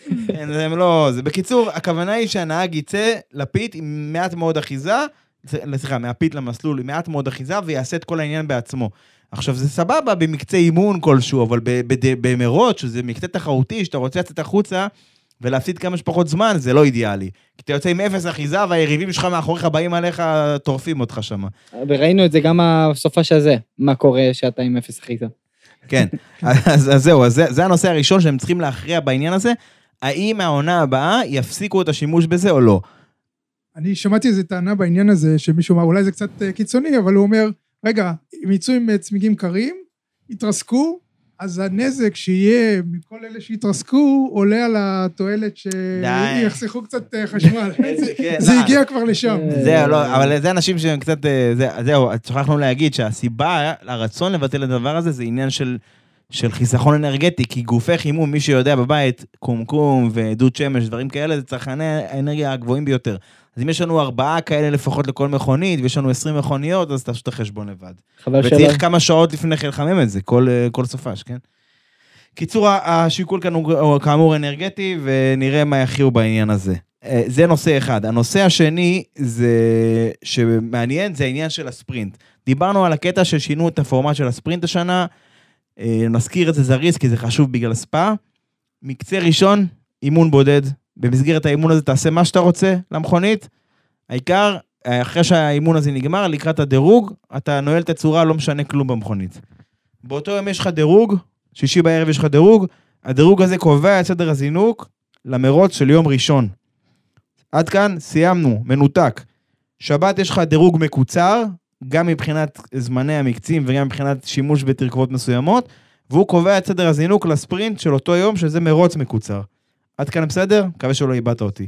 Speaker 4: הם לא... בקיצור, הכוונה היא שהנהג יצא לפית עם מעט מאוד אחיזה, סליחה, מהפית למסלול עם מעט מאוד אחיזה, ויעשה את כל העניין בעצמו. עכשיו, זה סבבה במקצה אימון כלשהו, אבל במרות, שזה מקצה תחרותי, שאתה רוצה לצאת החוצה, ולהפסיד כמה שפחות זמן, זה לא אידיאלי. כי אתה יוצא עם אפס אחיזה, והיריבים שלך מאחוריך באים עליך, טורפים אותך שם.
Speaker 5: וראינו את זה גם הסופה של זה, מה קורה שאתה עם אפס אחיזה.
Speaker 4: כן, אז זהו, זה הנושא הראשון שהם צריכים להכריע בעניין הזה, האם העונה הבאה יפסיקו את השימוש בזה או לא?
Speaker 6: אני שמעתי איזו טענה בעניין הזה, שמישהו אמר, אולי זה קצת קיצוני, אבל הוא אומר, רגע, אם יצאו עם צמיגים קרים, יתרסקו, אז הנזק שיהיה מכל אלה שהתרסקו, עולה על התועלת שיחסכו קצת חשמל. זה הגיע כבר לשם.
Speaker 4: זהו, לא, אבל זה אנשים שהם קצת, זהו, שכחנו להגיד שהסיבה לרצון לבטל את הדבר הזה, זה עניין של חיסכון אנרגטי, כי גופי חימום, מי שיודע בבית, קומקום ודוד שמש, דברים כאלה, זה צרכני האנרגיה הגבוהים ביותר. אז אם יש לנו 4 כאלה לפחות לכל מכונית, ויש לנו 20 מכוניות, אז תעשו את החשבון לבד. וצריך כמה שעות לפני כן לחמם את זה, כל סופש, כן? קיצור, השיקול כאן הוא כאמור אנרגטי, ונראה מה יכירו בעניין הזה. זה נושא אחד. הנושא השני, שמעניין, זה העניין של הספרינט. דיברנו על הקטע ששינו את הפורמט של הספרינט השנה, נזכיר את זה זריז, כי זה חשוב בגלל ספא. מקצה ראשון, אימון בודד. במסגרת האימון הזה תעשה מה שאתה רוצה למכונית. העיקר, אחרי שהאימון הזה נגמר, לקראת הדירוג, אתה נועל את הצורה, לא משנה כלום במכונית. באותו יום יש לך דירוג, שישי בערב יש לך דירוג, הדירוג הזה קובע את סדר הזינוק למרוץ של יום ראשון. עד כאן סיימנו, מנותק. שבת יש לך דירוג מקוצר, גם מבחינת זמני המקצים וגם מבחינת שימוש בתרכובות מסוימות, והוא קובע את סדר הזינוק לספרינט של אותו יום, שזה מרוץ מקוצר. עד כאן בסדר? מקווה שלא איבדת אותי.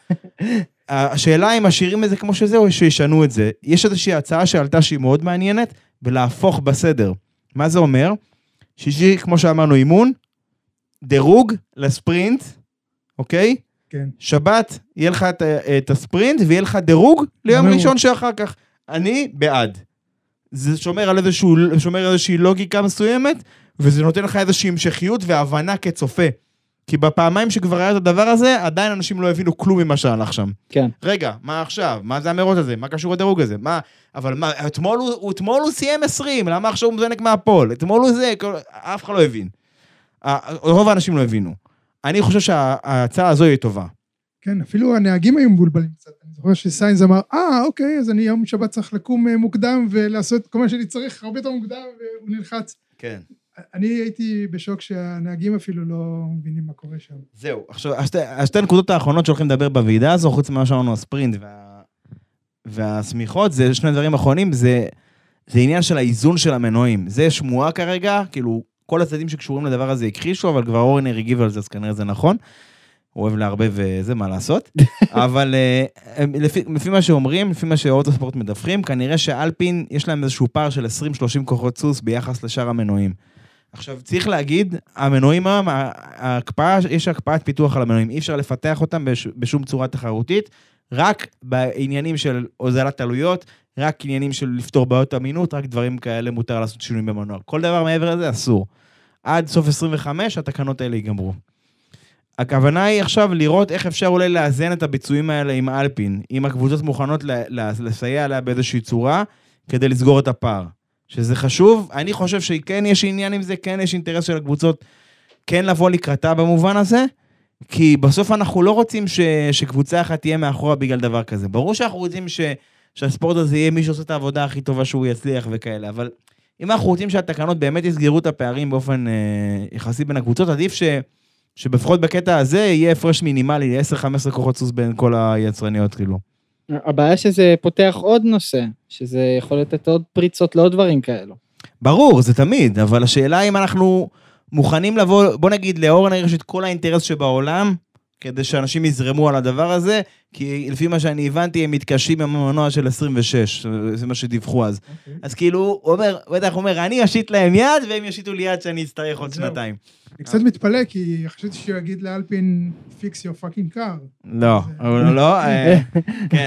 Speaker 4: השאלה אם משאירים את זה כמו שזה, או שישנו את זה. יש איזושהי הצעה שעלתה שהיא מאוד מעניינת, ולהפוך בסדר. מה זה אומר? שישי, כמו שאמרנו, אימון, דירוג לספרינט, אוקיי? כן. שבת, יהיה לך את הספרינט, ויהיה לך דירוג ליום ראשון שאחר כך. אני בעד. זה שומר על איזושהי לוגיקה מסוימת, וזה נותן לך איזושהי המשכיות והבנה כצופה. כי בפעמיים שכבר היה את הדבר הזה, עדיין אנשים לא הבינו כלום ממה שהלך שם. כן. רגע, מה עכשיו? מה זה המרוץ הזה? מה קשור לדירוג הזה? מה? אבל מה, אתמול הוא סיים 20, למה עכשיו הוא מזנק מהפול? אתמול הוא זה, אף אחד לא הבין. רוב האנשים לא הבינו. אני חושב שההצעה הזו היא טובה.
Speaker 6: כן, אפילו הנהגים היו מבולבלים קצת. אני זוכר שסיינס אמר, אוקיי, אז אני יום שבת צריך לקום מוקדם ולעשות כל מה שאני צריך הרבה יותר מוקדם, והוא נלחץ.
Speaker 4: כן.
Speaker 6: אני הייתי בשוק שהנהגים אפילו לא מבינים מה קורה שם.
Speaker 4: זהו, עכשיו, השתי נקודות האחרונות שהולכים לדבר בוועידה הזו, חוץ ממה שאמרנו הספרינט והסמיכות, זה שני דברים אחרונים, זה עניין של האיזון של המנועים. זה שמועה כרגע, כאילו, כל הצדדים שקשורים לדבר הזה הכחישו, אבל כבר אורנר הגיב על זה, אז כנראה זה נכון. הוא אוהב להרבה וזה מה לעשות. אבל לפי מה שאומרים, לפי מה שאוטוספורט מדווחים, כנראה שאלפין יש להם איזשהו פער של 20-30 כוחות סוס ביחס לשאר המנועים. עכשיו, צריך להגיד, המנועים, יש הקפאת פיתוח על המנועים, אי אפשר לפתח אותם בשום צורה תחרותית, רק בעניינים של הוזלת עלויות, רק עניינים של לפתור בעיות אמינות, רק דברים כאלה מותר לעשות שינויים במנוע. כל דבר מעבר לזה אסור. עד סוף 25 התקנות האלה ייגמרו. הכוונה היא עכשיו לראות איך אפשר אולי לאזן את הביצועים האלה עם אלפין, אם הקבוצות מוכנות לסייע עליה באיזושהי צורה, כדי לסגור את הפער. שזה חשוב, אני חושב שכן יש עניין עם זה, כן יש אינטרס של הקבוצות, כן לבוא לקראתה במובן הזה, כי בסוף אנחנו לא רוצים שקבוצה אחת תהיה מאחורה בגלל דבר כזה. ברור שאנחנו רוצים שהספורט הזה יהיה מי שעושה את העבודה הכי טובה שהוא יצליח וכאלה, אבל אם אנחנו רוצים שהתקנות באמת יסגרו את הפערים באופן יחסי בין הקבוצות, עדיף שבפחות בקטע הזה יהיה הפרש מינימלי, 10-15 כוחות סוס בין כל היצרניות כאילו.
Speaker 5: הבעיה שזה פותח עוד נושא, שזה יכול לתת עוד פריצות לעוד דברים כאלו.
Speaker 4: ברור, זה תמיד, אבל השאלה אם אנחנו מוכנים לבוא, בוא נגיד, לאורנר יש את כל האינטרס שבעולם, כדי שאנשים יזרמו על הדבר הזה, כי לפי מה שאני הבנתי, הם מתקשים עם המנוע של 26, זה מה שדיווחו אז. אז כאילו, הוא אומר, אני אשיט להם יד, והם ישיטו לי יד שאני אצטרך עוד שנתיים.
Speaker 6: אני קצת מתפלא, כי חשבתי שהוא יגיד לאלפין, fix your fucking car.
Speaker 4: לא, כן,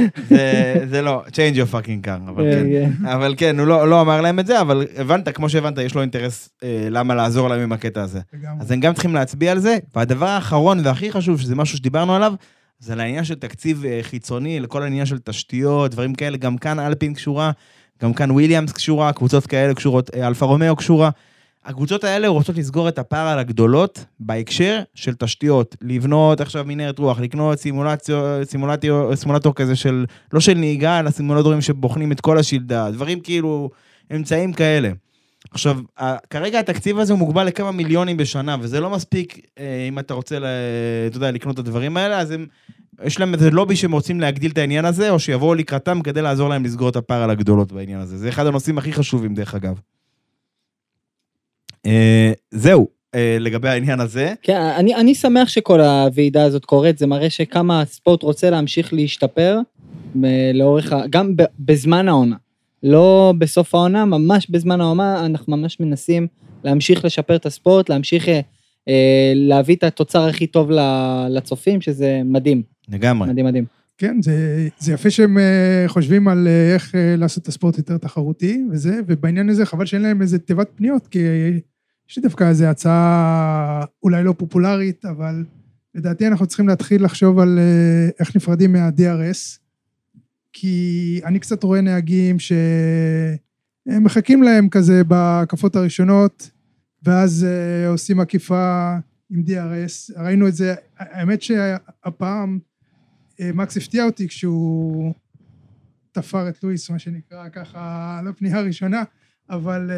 Speaker 4: זה לא, change your fucking car, אבל כן, הוא לא אמר להם את זה, אבל הבנת, כמו שהבנת, יש לו אינטרס למה לעזור להם עם הקטע הזה. אז הם גם צריכים להצביע על זה, והדבר האחרון והכי חשוב, שזה משהו שדיברנו עליו, זה לעניין של תקציב חיצוני, לכל העניין של תשתיות, דברים כאלה, גם כאן אלפין קשורה, גם כאן וויליאמס קשורה, קבוצות כאלה קשורות, אלפה רומאו קשורה, הקבוצות האלה רוצות לסגור את הפער על הגדולות בהקשר של תשתיות, לבנות עכשיו מנהרת רוח, לקנות סימולטור כזה של, לא של נהיגה, אלא סימולטורים שבוחנים את כל השלדה, דברים כאילו, אמצעים כאלה. עכשיו, כרגע התקציב הזה הוא מוגבל לכמה מיליונים בשנה, וזה לא מספיק אם אתה רוצה, אתה יודע, לקנות את הדברים האלה, אז יש להם איזה לובי שהם רוצים להגדיל את העניין הזה, או שיבואו לקראתם כדי לעזור להם לסגור את הפער על הגדולות בעניין הזה. זה אחד הנושאים הכי חשובים דרך אגב. זהו, לגבי העניין הזה.
Speaker 5: כן, אני שמח שכל הוועידה הזאת קורית, זה מראה שכמה הספורט רוצה להמשיך להשתפר, לאורך, גם בזמן העונה. לא בסוף העונה, ממש בזמן העונה, אנחנו ממש מנסים להמשיך לשפר את הספורט, להמשיך להביא את התוצר הכי טוב לצופים, שזה מדהים.
Speaker 4: לגמרי.
Speaker 5: מדהים, מדהים.
Speaker 6: כן, זה יפה שהם חושבים על איך לעשות את הספורט יותר תחרותי, ובעניין הזה חבל שאין להם איזה תיבת פניות, כי יש לי דווקא איזו הצעה אולי לא פופולרית, אבל לדעתי אנחנו צריכים להתחיל לחשוב על איך נפרדים מה-DRS, כי אני קצת רואה נהגים שהם מחכים להם כזה בהקפות הראשונות, ואז עושים עקיפה עם DRS. ראינו את זה, האמת שהפעם מקס הפתיע אותי כשהוא תפר את לואיס, מה שנקרא ככה, על הפנייה הראשונה, אבל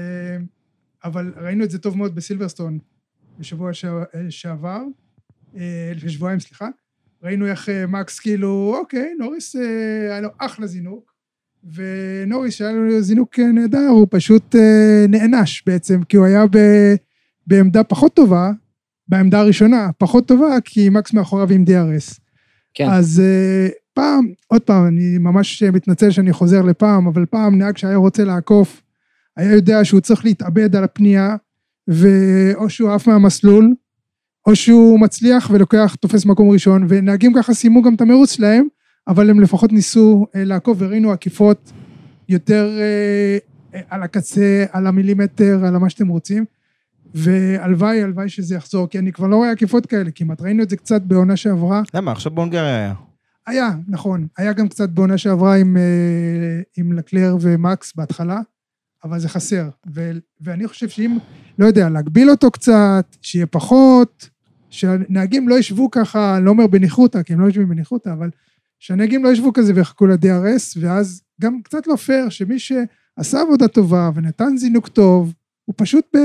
Speaker 6: ראינו את זה טוב מאוד בסילברסטון, בשבוע שעבר, לפני שבועיים, סליחה, ראינו איך מקס כאילו, אוקיי, נוריס היה לו אחלה זינוק, ונוריס שהיה לו זינוק נהדר, הוא פשוט נענש בעצם, כי הוא היה בעמדה פחות טובה, בעמדה הראשונה, פחות טובה, כי מקס מאחוריו עם DRS.
Speaker 5: כן.
Speaker 6: אז עוד פעם, אני ממש מתנצל שאני חוזר לפעם, אבל פעם נהג שהיה רוצה לעקוף, היה יודע שהוא צריך להתאבד על הפנייה, או שהוא עף מהמסלול, או שהוא מצליח ולוקח, תופס מקום ראשון, ונהגים ככה סיימו גם את המרוץ שלהם, אבל הם לפחות ניסו לעקוף, וראינו עקיפות יותר על הקצה, על המילימטר, על מה שאתם רוצים, והלוואי שזה יחזור, כי אני כבר לא רואה עקיפות כאלה, כמעט ראינו את זה קצת בעונה שעברה.
Speaker 4: למה? עכשיו בהונגריה היה.
Speaker 6: היה, נכון. היה גם קצת בעונה שעברה עם לקלר ומקס בהתחלה, אבל זה חסר. ואני חושב שאם, לא יודע, להגביל אותו קצת, שיהיה פחות, שהנהגים לא ישבו ככה, לא אומר בניחותה, כי הם לא ישבים בניחותה, אבל שהנהגים לא ישבו כזה ויחכו ל-DRS, ואז גם קצת לא פייר, שמי שעשה עבודה טובה ונתן זינוק טוב, הוא פשוט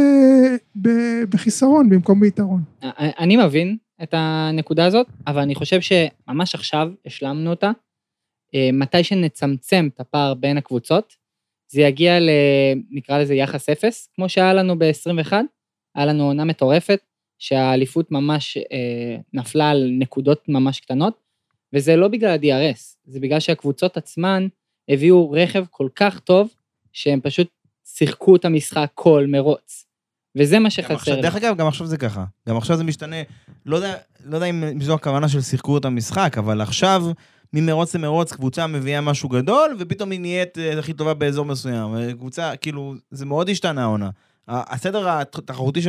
Speaker 6: בחיסרון במקום ביתרון.
Speaker 5: אני מבין את הנקודה הזאת, אבל אני חושב שממש עכשיו השלמנו אותה, מתי שנצמצם את הפער בין הקבוצות, זה יגיע נקרא לזה יחס 0, כמו שהיה לנו ב-21, היה לנו עונה מטורפת, שהאליפות ממש נפלה על נקודות ממש קטנות, וזה לא בגלל ה-DRS, זה בגלל שהקבוצות עצמן הביאו רכב כל כך טוב, שהם פשוט שיחקו את המשחק כל מרוץ. וזה מה שחסר.
Speaker 4: דרך אגב, גם עכשיו זה ככה. גם עכשיו זה משתנה, לא יודע אם זו הכוונה של שיחקו את המשחק, אבל עכשיו, ממרוץ למרוץ, קבוצה מביאה משהו גדול, ופתאום היא נהיית הכי טובה באזור מסוים. קבוצה, כאילו, זה מאוד השתנה העונה. הסדר התחרותי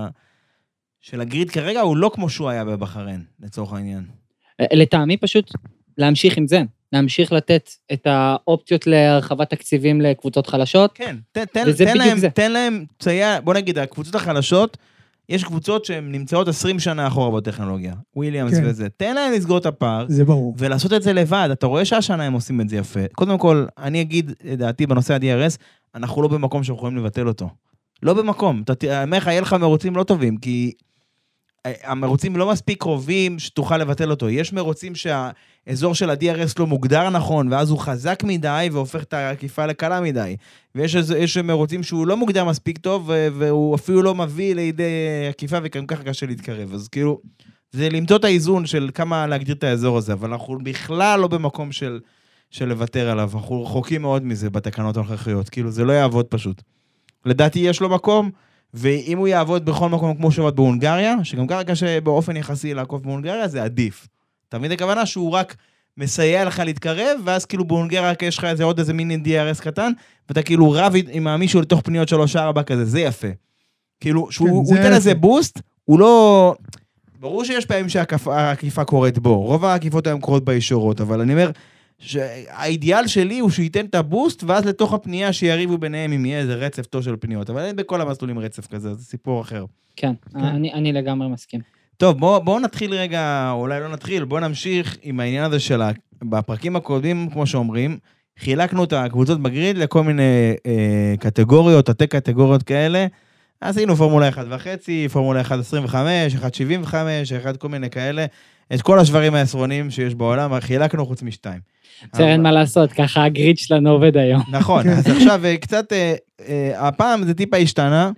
Speaker 4: של הגריד כרגע, הוא לא כמו שהוא היה בבחריין, לצורך העניין.
Speaker 5: לטעמי פשוט להמשיך עם זה. להמשיך לתת את האופציות להרחבת תקציבים לקבוצות חלשות.
Speaker 4: כן, תן להם, בוא נגיד, הקבוצות החלשות, יש קבוצות שהן נמצאות 20 שנה אחורה בטכנולוגיה, וויליאמס וזה, תן להם לסגור את הפער,
Speaker 6: זה ברור.
Speaker 4: ולעשות את זה לבד, אתה רואה שהשנה הם עושים את זה יפה. קודם כל, אני אגיד, לדעתי, בנושא ה-DRS, אנחנו לא במקום שאנחנו יכולים לבטל אותו. לא במקום, יהיה לך מרוצים לא טובים, כי המרוצים לא מספיק קרובים שתוכל לבטל אותו. יש מרוצים שהאזור של ה-DRS לא מוגדר נכון, ואז הוא חזק מדי והופך את העקיפה לקלה מדי. ויש מרוצים שהוא לא מוגדר מספיק טוב, והוא אפילו לא מביא לידי עקיפה, וכאן ככה קשה להתקרב. אז כאילו, זה למצוא את האיזון של כמה להגדיר את האזור הזה, אבל אנחנו בכלל לא במקום של לוותר עליו. אנחנו רחוקים מאוד מזה בתקנות הנוכחיות. כאילו, זה לא יעבוד פשוט. לדעתי יש לו מקום, ואם הוא יעבוד בכל מקום כמו שעבוד בהונגריה, שגם ככה קשה באופן יחסי לעקוף בהונגריה, זה עדיף. תמיד הכוונה שהוא רק מסייע לך להתקרב, ואז כאילו בהונגריה יש לך עוד איזה מיני DRS קטן, ואתה כאילו רב עם מישהו לתוך פניות 3-4 כזה, זה יפה. כאילו, שהוא ייתן איזה בוסט, הוא לא... ברור שיש פעמים שהעקיפה קורית בו, רוב העקיפות היום קורות בישורות, אבל אני אומר, שהאידיאל שלי הוא שייתן את הבוסט, ואז לתוך הפנייה שיריבו ביניהם אם יהיה איזה רצף טוב של פניות, אבל אין בכל המסלולים רצף כזה, זה סיפור אחר.
Speaker 5: כן, אני לגמרי מסכים.
Speaker 4: טוב, בואו נתחיל רגע, אולי לא נתחיל, בואו נמשיך עם העניין הזה שלה. בפרקים הקודמים, כמו שאומרים, חילקנו את הקבוצות בגריד לכל מיני קטגוריות, תתי קטגוריות כאלה, עשינו פורמולה 1.5, פורמולה 1.25, 1.75, 1 כל מיני כאלה, את כל השברים העשרונים שיש בעולם, חילקנו חוץ משתיים.
Speaker 5: זה אין מה לעשות, ככה הגריד שלנו עובד היום.
Speaker 4: נכון, אז עכשיו קצת, הפעם זה טיפה השתנה,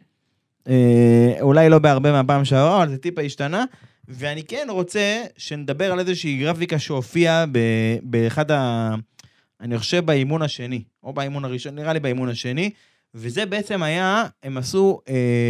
Speaker 4: אולי לא בהרבה מהפעם שעברה, אבל זה טיפה השתנה, ואני כן רוצה שנדבר על איזושהי גרפיקה שהופיעה באחד אני חושב באימון השני, או באימון הראשון, נראה לי באימון השני, וזה בעצם היה, הם עשו,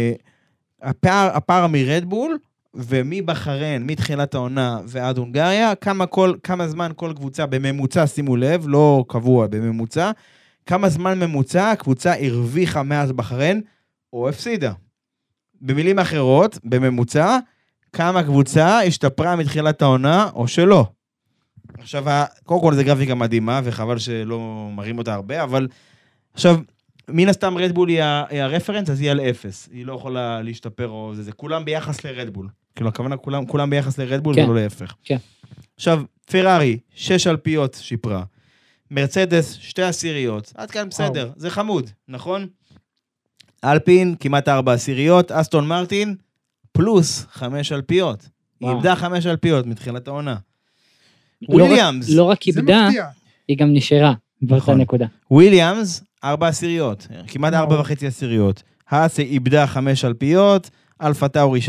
Speaker 4: הפער מרדבול, ומבחריין, מתחילת העונה ועד הונגריה, כמה זמן כל קבוצה בממוצע, שימו לב, לא קבוע בממוצע, כמה זמן ממוצע הקבוצה הרוויחה מאז בחריין, או הפסידה. במילים אחרות, בממוצע, כמה קבוצה השתפרה מתחילת העונה, או שלא. עכשיו, קודם כל זה גרפיקה מדהימה, וחבל שלא מראים אותה הרבה, אבל עכשיו, מן הסתם רדבול היא הרפרנס, אז היא על 0. היא לא יכולה להשתפר או זה. כולם ביחס לרדבול. כאילו, הכוונה, כולם ביחס לרדבול, ולא להפך.
Speaker 5: כן.
Speaker 4: עכשיו, פרארי, 6 אלפיות שיפרה. מרצדס, 2 עשיריות. עד כאן בסדר, זה חמוד, נכון? אלפין, כמעט 4 עשיריות. אסטון מרטין, פלוס 5 אלפיות. היא איבדה 5 אלפיות מתחילת העונה. וויליאמס.
Speaker 5: לא רק איבדה, היא גם נשארה באותה נקודה.
Speaker 4: וויליאמס, 4 עשיריות, כמעט 4.5 עשיריות. האס איבדה 5 אלפיות, אלפה טאורי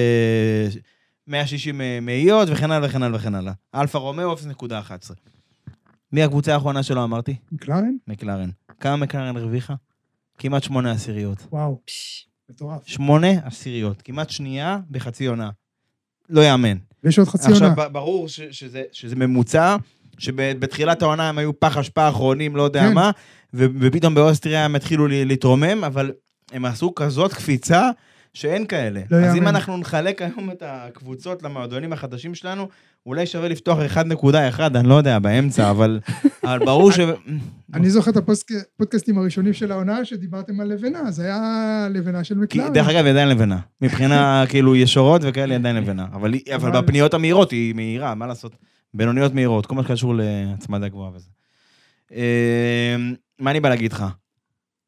Speaker 4: 160 מאיות, וכן הלאה וכן הלאה וכן הלאה. אלפה רומאו 0.11. מי הקבוצה האחרונה שלו אמרתי?
Speaker 6: מקלרן?
Speaker 4: מקלרן. כמה מקלרן הרוויחה? כמעט 8 עשיריות.
Speaker 6: וואו, מטורף.
Speaker 4: 8 עשיריות, כמעט שנייה בחצי עונה. לא יאמן.
Speaker 6: ויש עוד חצי עונה.
Speaker 4: עכשיו, ברור שזה ממוצע, שבתחילת העונה הם היו פח השפעה אחרונים, לא יודע מה, ופתאום באוסטריה הם התחילו להתרומם, אבל הם עשו כזאת קפיצה שאין כאלה. אז אם אנחנו נחלק היום את הקבוצות למועדונים החדשים שלנו, אולי שווה לפתוח 1.1, אני לא יודע, באמצע, אבל ברור ש...
Speaker 6: אני זוכר את הפודקאסטים הראשונים של העונה, שדיברתם על לבנה, אז היה לבנה של מקלרן.
Speaker 4: דרך אגב, ידיים לבנה. מבחינה כאילו ישורות וכאלה ידיים לבנה. אבל בפניות המהירות היא מהירה, מה לעשות? בינוניות מהירות, כל מה שקשור להצמדה גבוהה וזה. מה אני בא להגיד לך?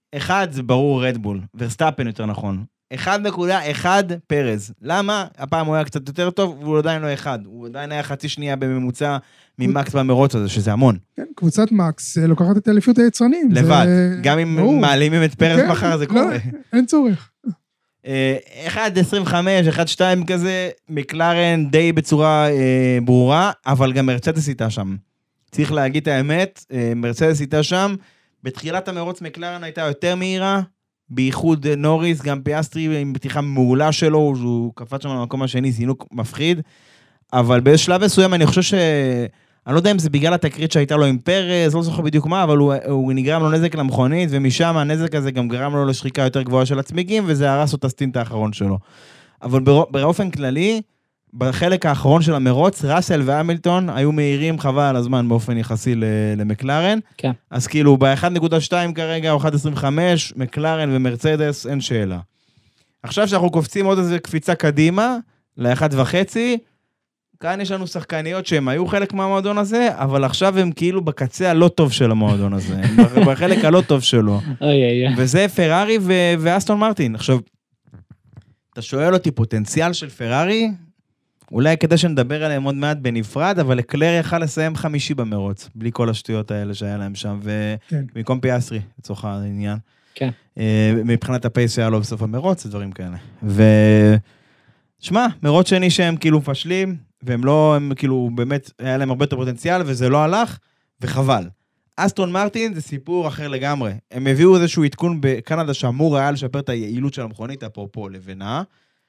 Speaker 4: אחד זה ברור רדבול, ורסטאפן יותר נכון. 1.1 פרז. למה? הפעם הוא היה קצת יותר טוב, והוא עדיין לא אחד. הוא עדיין היה חצי שנייה בממוצע ממקס במרוץ הזה, שזה המון.
Speaker 6: כן, קבוצת מקס לוקחת את אליפות היצרנים.
Speaker 4: לבד. גם אם מעלימים את פרז מחר, זה קורה.
Speaker 6: אין צורך.
Speaker 4: 1.25, 1.2 כזה, מקלרן די בצורה ברורה, אבל גם מרצדס איתה שם. צריך להגיד את האמת, מרצדס איתה שם, בתחילת המרוץ מקלרן הייתה יותר מהירה, בייחוד נוריס, גם פיאסטרי עם פתיחה מעולה שלו, הוא קפץ שם למקום השני, זינוק מפחיד, אבל בשלב מסוים אני חושב אני לא יודע אם זה בגלל התקרית שהייתה לו עם פרז, לא זוכר בדיוק מה, אבל הוא נגרם לו נזק למכונית, ומשם הנזק הזה גם גרם לו לשחיקה יותר גבוהה של הצמיגים, וזה הרס את הסטינט האחרון שלו. אבל באופן כללי, בחלק האחרון של המרוץ, ראסל והמילטון היו מהירים חבל על הזמן באופן יחסי למקלרן. כן. אז כאילו ב-1.2 כרגע, או 1.25, מקלרן ומרצדס, אין שאלה. עכשיו שאנחנו קופצים עוד איזה קפיצה קדימה, ל-1.5, כאן יש לנו שחקניות שהם היו חלק מהמועדון הזה, אבל עכשיו הם כאילו בקצה הלא טוב של המועדון הזה, בחלק הלא טוב שלו. וזה פרארי ואסטון מרטין. עכשיו, אתה שואל אותי פוטנציאל של פרארי, אולי כדי שנדבר עליהם עוד מעט בנפרד, אבל לקלר יכל לסיים 5 במרוץ, בלי כל השטויות האלה שהיה להם שם, ומקום פיאסטרי, לצורך העניין. כן. מבחינת הפייס שהיה לו בסוף המרוץ, דברים כאלה. ושמע, מרוץ שני שהם כאילו מפשלים, והם לא, הם כאילו באמת, היה להם הרבה יותר פוטנציאל, וזה לא הלך, וחבל. אסטון מרטין זה סיפור אחר לגמרי. הם הביאו איזשהו עדכון בקנדה שאמור היה לשפר את היעילות של המכונית, אפרופו לבנה,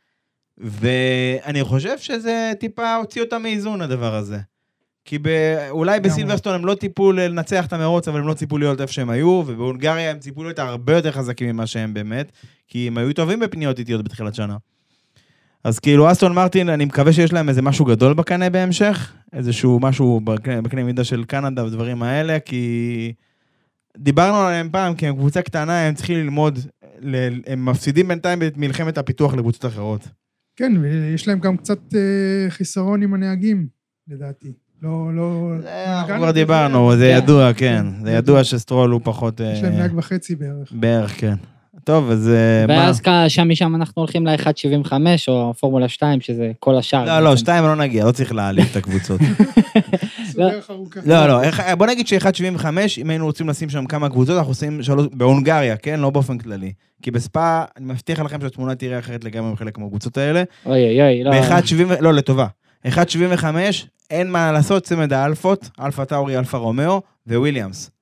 Speaker 4: ואני חושב שזה טיפה הוציא אותה מאיזון הדבר הזה. כי אולי בסילברסטון הם לא טיפו לנצח את המרוץ, אבל הם לא ציפו להיות איפה שהם היו, ובהונגריה הם ציפו להיות הרבה יותר חזקים ממה שהם באמת, כי הם היו טובים בפניות איטיות בתחילת שנה. אז כאילו אסטון מרטין, אני מקווה שיש להם איזה משהו גדול בקנה בהמשך, איזשהו משהו בקנה מידה של קנדה ודברים האלה, כי דיברנו עליהם פעם, כי הם קבוצה קטנה, הם צריכים ללמוד, הם מפסידים בינתיים במלחמת הפיתוח לקבוצות אחרות.
Speaker 6: כן, ויש להם גם קצת חיסרון עם הנהגים, לדעתי. לא...
Speaker 4: כבר דיברנו, זה ידוע, כן. זה ידוע שסטרול הוא פחות...
Speaker 6: יש להם 1.5 בערך.
Speaker 4: בערך, כן. טוב, אז...
Speaker 5: ואז משם אנחנו הולכים ל-1.75 או פורמולה 2, שזה כל השאר.
Speaker 4: לא, 2 לא נגיע, לא צריך להעליב את הקבוצות. לא, בוא נגיד ש-1.75, אם היינו רוצים לשים שם כמה קבוצות, אנחנו עושים בהונגריה, כן? לא באופן כללי. כי בספא, אני מבטיח לכם שהתמונה תראה אחרת לגמרי מחלק מהקבוצות האלה.
Speaker 5: אוי,
Speaker 4: לא, לטובה. 1.75, אין מה לעשות, צמד האלפות, אלפה טאורי, אלפה רומאו, וויליאמס.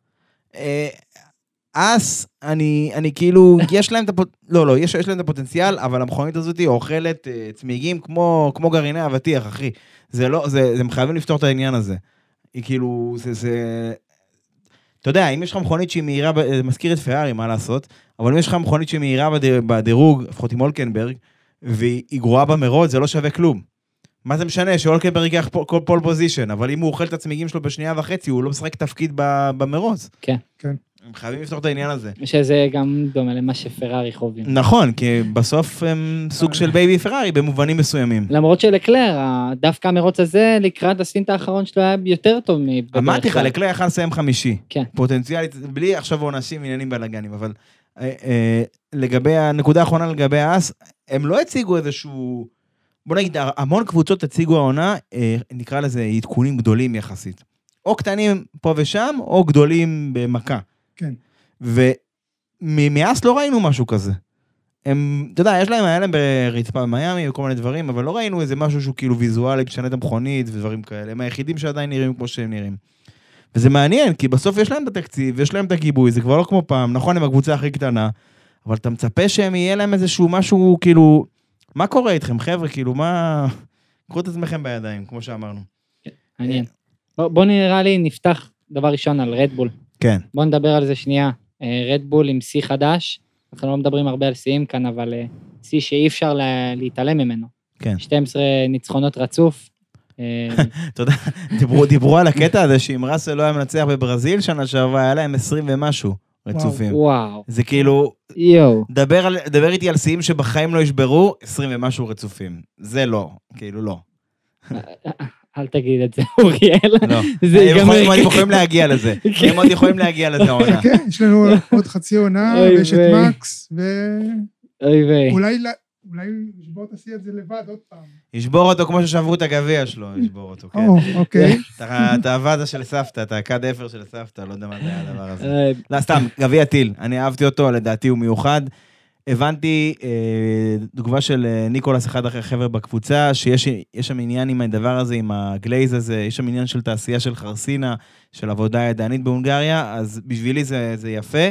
Speaker 4: אז אני כאילו, יש להם את הפוטנציאל, אבל המכונית הזאת אוכלת צמיגים כמו גרעיני אבטיח, אחי. הם חייבים לפתור את העניין הזה. היא כאילו, אתה יודע, אם יש לך מכונית שהיא מהירה, מזכיר את פרארי, מה לעשות, אבל אם יש לך מכונית שהיא מהירה בדירוג, לפחות עם אולקנברג, והיא גרועה במרוץ, זה לא שווה כלום. מה זה משנה? שאולקנברג ייקח כל פול פוזישן, אבל אם הוא אוכל את הצמיגים שלו בשנייה וחצי, הוא לא משחק תפקיד במרוץ.
Speaker 5: כן.
Speaker 6: כן.
Speaker 4: הם חייבים לפתור את העניין הזה.
Speaker 5: שזה גם דומה למה שפרארי חווים.
Speaker 4: נכון, כי בסוף הם סוג של בייבי פרארי במובנים מסוימים.
Speaker 5: למרות שלקלר, דווקא המרוץ הזה, לקראת הסטינט האחרון שלו היה יותר טוב מבדרך כלל.
Speaker 4: אמרתי לך, לקלר יכל לסיים 5.
Speaker 5: כן.
Speaker 4: פוטנציאלית, בלי עכשיו עונשים עניינים בלגנים, אבל לגבי הנקודה האחרונה לגבי האס, הם לא הציגו איזשהו, בוא נגיד, המון קבוצות הציגו העונה, נקרא לזה עדכונים גדולים יחסית. או קטנים פה ושם, או גדולים במכה.
Speaker 6: כן.
Speaker 4: ומאס לא ראינו משהו כזה. הם, אתה יודע, היה להם ברצפה במיימי וכל מיני דברים, אבל לא ראינו איזה משהו שהוא כאילו ויזואלי, משנה את המכונית ודברים כאלה. הם היחידים שעדיין נראים כמו שהם נראים. וזה מעניין, כי בסוף יש להם את התקציב, יש להם את הגיבוי, זה כבר לא כמו פעם, נכון, הם הקבוצה הכי קטנה, אבל אתה מצפה שהם יהיה להם איזשהו משהו, כאילו, מה קורה איתכם, חבר'ה, כאילו, מה... קחו את עצמכם בידיים, כמו שאמרנו.
Speaker 5: מעניין. בוא נראה לי, נפתח דבר ראשון על רדבול.
Speaker 4: כן.
Speaker 5: בוא נדבר על זה שנייה. רדבול עם שיא חדש, אנחנו לא מדברים הרבה על שיאים כאן, אבל שיא שאי אפשר להתעלם ממנו.
Speaker 4: כן.
Speaker 5: 12 ניצחונות רצוף.
Speaker 4: אתה יודע, דיברו על הקטע הזה, שאם ראסל לא היה מנצח בברזיל שנה שעברה, היה להם 20 ומשהו רצופים.
Speaker 5: וואו.
Speaker 4: זה כאילו, דבר איתי על שיאים שבחיים לא ישברו, 20 ומשהו רצופים. זה לא, כאילו לא.
Speaker 5: אל תגיד את זה, אוריאל.
Speaker 4: לא.
Speaker 5: זה ייגמר.
Speaker 4: הם יכולים להגיע לזה. הם עוד יכולים להגיע לזה עונה.
Speaker 6: כן, יש לנו עוד חצי עונה, ויש את מקס, ואולי לשבור תעשי את זה לבד עוד פעם.
Speaker 4: ישבור אותו כמו ששברו את הגביע שלו, ישבור אותו, כן.
Speaker 6: אוקיי.
Speaker 4: אתה הוואדה של סבתא, אתה הקד אפר של סבתא, לא יודע מה זה היה הדבר הזה. לא, סתם, גביע טיל, אני אהבתי אותו, לדעתי הוא מיוחד. הבנתי תגובה של ניקולס, אחד אחרי חבר'ה בקבוצה, שיש שם עניין עם הדבר הזה, עם הגלייז הזה, יש שם עניין של תעשייה של חרסינה, של עבודה ידענית בהונגריה, אז בשבילי זה יפה.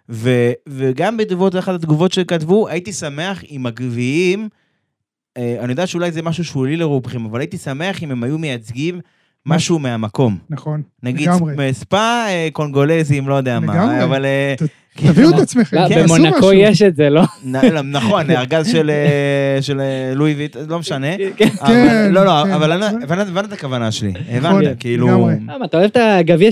Speaker 4: וגם בתגובות, אחת התגובות שכתבו, הייתי שמח עם הגביעים, אני יודע שאולי זה משהו שולי לרובכם, אבל הייתי שמח אם הם היו מייצגים משהו מהמקום.
Speaker 6: נכון,
Speaker 4: נגיד ספה, קונגולזים, לא יודע מה, אבל...
Speaker 6: תביאו את עצמכם.
Speaker 5: במונקו יש את זה, לא?
Speaker 4: נכון, ארגז של לואי ויט, לא משנה.
Speaker 6: כן.
Speaker 4: לא, אבל הבנת את הכוונה שלי. הבנת, כאילו...
Speaker 5: אתה אוהב את הגביע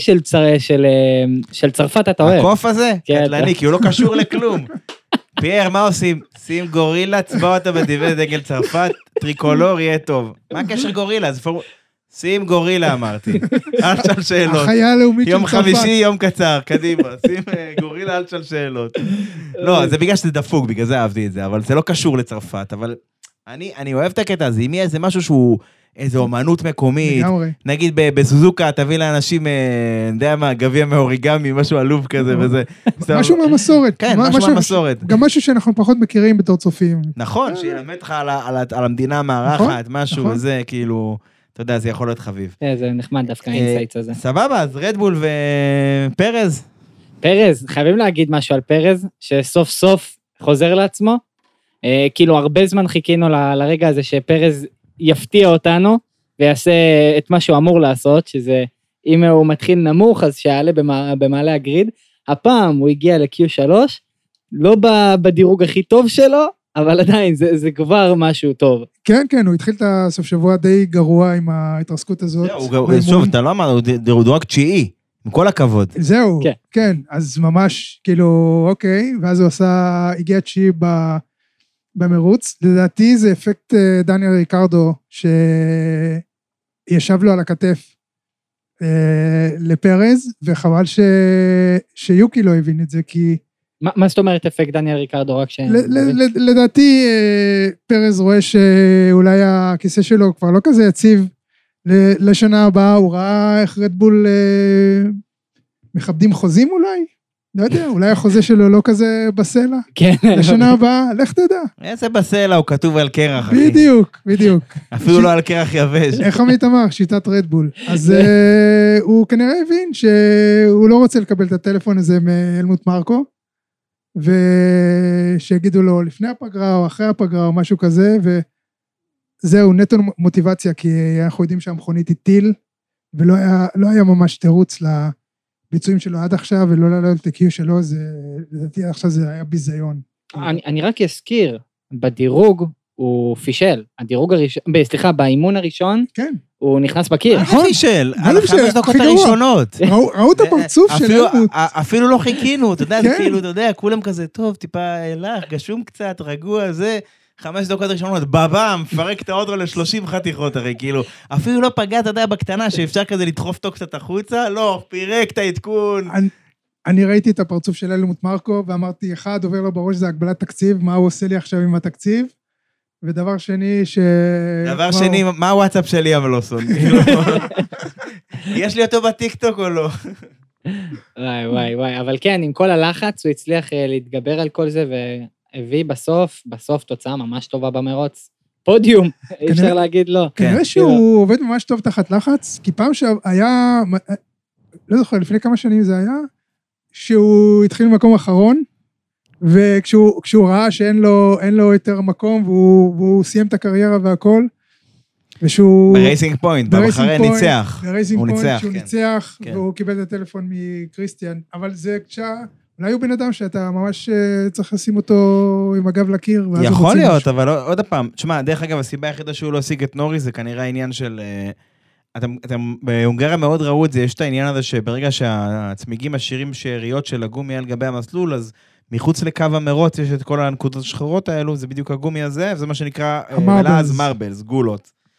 Speaker 5: של צרפת, אתה אוהב.
Speaker 4: הקוף הזה? קטלני, כי הוא לא קשור לכלום. פייר, מה עושים? שים גורילה, צבע אותה בדברי דגל צרפת, טריקולור יהיה טוב. מה הקשר גורילה? שים גורילה, אמרתי. אל תשאל שאלות.
Speaker 6: החיה הלאומית של צרפת.
Speaker 4: יום חמישי, יום קצר, קדימה. שים גורילה, אל תשאל שאלות. לא, זה בגלל שזה דפוק, בגלל זה אהבתי את זה, אבל זה לא קשור לצרפת. אבל אני אוהב את הקטע הזה. אם יהיה איזה משהו שהוא איזו אומנות מקומית, נגיד בסוזוקה, תביא לאנשים, אני יודע מה, גביע מאוריגמי, משהו עלוב כזה וזה.
Speaker 6: משהו מהמסורת.
Speaker 4: כן, משהו מהמסורת.
Speaker 6: גם משהו שאנחנו פחות מכירים בתור צופים.
Speaker 4: נכון, שילמד לך על המדינה המארחת, משהו וזה, כאילו... אתה יודע, זה יכול להיות חביב.
Speaker 5: זה נחמד דווקא, האינסייטס הזה.
Speaker 4: סבבה, אז רדבול ופרז.
Speaker 5: פרז, חייבים להגיד משהו על פרז, שסוף סוף חוזר לעצמו. כאילו, הרבה זמן חיכינו לרגע הזה שפרז יפתיע אותנו, ויעשה את מה שהוא אמור לעשות, שזה, אם הוא מתחיל נמוך, אז שיעלה במעלה הגריד. הפעם הוא הגיע ל-Q3, לא בדירוג הכי טוב שלו, אבל עדיין, זה כבר משהו טוב.
Speaker 6: כן, כן, הוא התחיל את הסוף שבוע די גרוע עם ההתרסקות הזאת.
Speaker 4: שוב, אתה לא אמר, הוא דירוג 9, עם כל הכבוד.
Speaker 6: זהו, כן, אז ממש, כאילו, אוקיי, ואז הוא הגיע 9 במרוץ. לדעתי זה אפקט דניאל ריקרדו, שישב לו על הכתף לפרז, וחבל שיוקי לא הבין את זה, כי...
Speaker 5: מה זאת אומרת אפקט דניאל ריקרדו רק ש...
Speaker 6: לדעתי פרז רואה שאולי הכיסא שלו כבר לא כזה יציב לשנה הבאה, הוא ראה איך רדבול מכבדים חוזים אולי? לא יודע, אולי החוזה שלו לא כזה בסלע?
Speaker 5: כן.
Speaker 6: לשנה הבאה, לך תדע.
Speaker 4: איזה בסלע, הוא כתוב על קרח, אחי.
Speaker 6: בדיוק.
Speaker 4: אפילו לא על קרח יבש.
Speaker 6: איך עמית אמר? שיטת רדבול. אז הוא כנראה הבין שהוא לא רוצה לקבל את הטלפון הזה מאלמוט מרקו, ושיגידו לו לפני הפגרה או אחרי הפגרה או משהו כזה, וזהו, נטו מוטיבציה, כי אנחנו יודעים שהמכונית היא טיל, ולא היה ממש תירוץ לביצועים שלו עד עכשיו, ולא לעלות את הקיו שלו, זה, לדעתי עכשיו זה היה ביזיון.
Speaker 5: אני רק אזכיר, בדירוג הוא פישל, הדירוג הראשון, סליחה, באימון הראשון,
Speaker 6: כן.
Speaker 5: הוא נכנס בקיר.
Speaker 4: נכון? פישל, על 5 דקות הראשונות.
Speaker 6: ראו את הפרצוף של אלמוט.
Speaker 4: אפילו לא חיכינו, אתה יודע, זה כאילו, אתה יודע, כולם כזה, טוב, טיפה לך, גשום קצת, רגוע, זה, 5 דקות הראשונות, בבם, פרק את האוטו ל-30 חתיכות, הרי כאילו, אפילו לא פגע, אתה יודע, בקטנה, שאפשר כזה לדחוף אותו קצת החוצה, לא, פירק את העדכון.
Speaker 6: אני ראיתי את הפרצוף של אלמוט מרקו, ואמרתי, אחד עובר לו בראש, זה הגבלת תקציב, מה הוא עושה לי עכשיו עם התקציב? ודבר שני
Speaker 4: מה הוואטסאפ שלי המלוסון? יש לי אותו בטיקטוק או לא?
Speaker 5: וואי, אבל כן, עם כל הלחץ, הוא הצליח להתגבר על כל זה, והביא בסוף תוצאה ממש טובה במרוץ. פודיום, אי אפשר להגיד לא.
Speaker 6: כנראה שהוא עובד ממש טוב תחת לחץ, כי פעם שהיה, לא זוכר, לפני כמה שנים זה היה, שהוא התחיל במקום אחרון, וכשהוא ראה שאין לו יותר מקום, והוא סיים את הקריירה והכל, ושהוא...
Speaker 4: ברייסינג פוינט, במחרה ניצח.
Speaker 6: ברייסינג פוינט, שהוא ניצח, והוא קיבל את הטלפון מקריסטיאן, אבל זה אולי הוא בן אדם שאתה ממש צריך לשים אותו עם הגב לקיר,
Speaker 4: יכול להיות, אבל עוד הפעם, תשמע, דרך אגב, הסיבה היחידה שהוא לא השיג את נוריס, זה כנראה העניין של... אתם בהונגריה מאוד ראו את זה, יש את העניין הזה שברגע שהצמיגים משאירים שאריות של הגומי על גבי המסלול, אז מחוץ לקו המרוץ יש את כל הנקודות השחורות האלו, זה בדיוק הגומי הזה, וזה מה שנקרא מלאז מרבלס, גולות.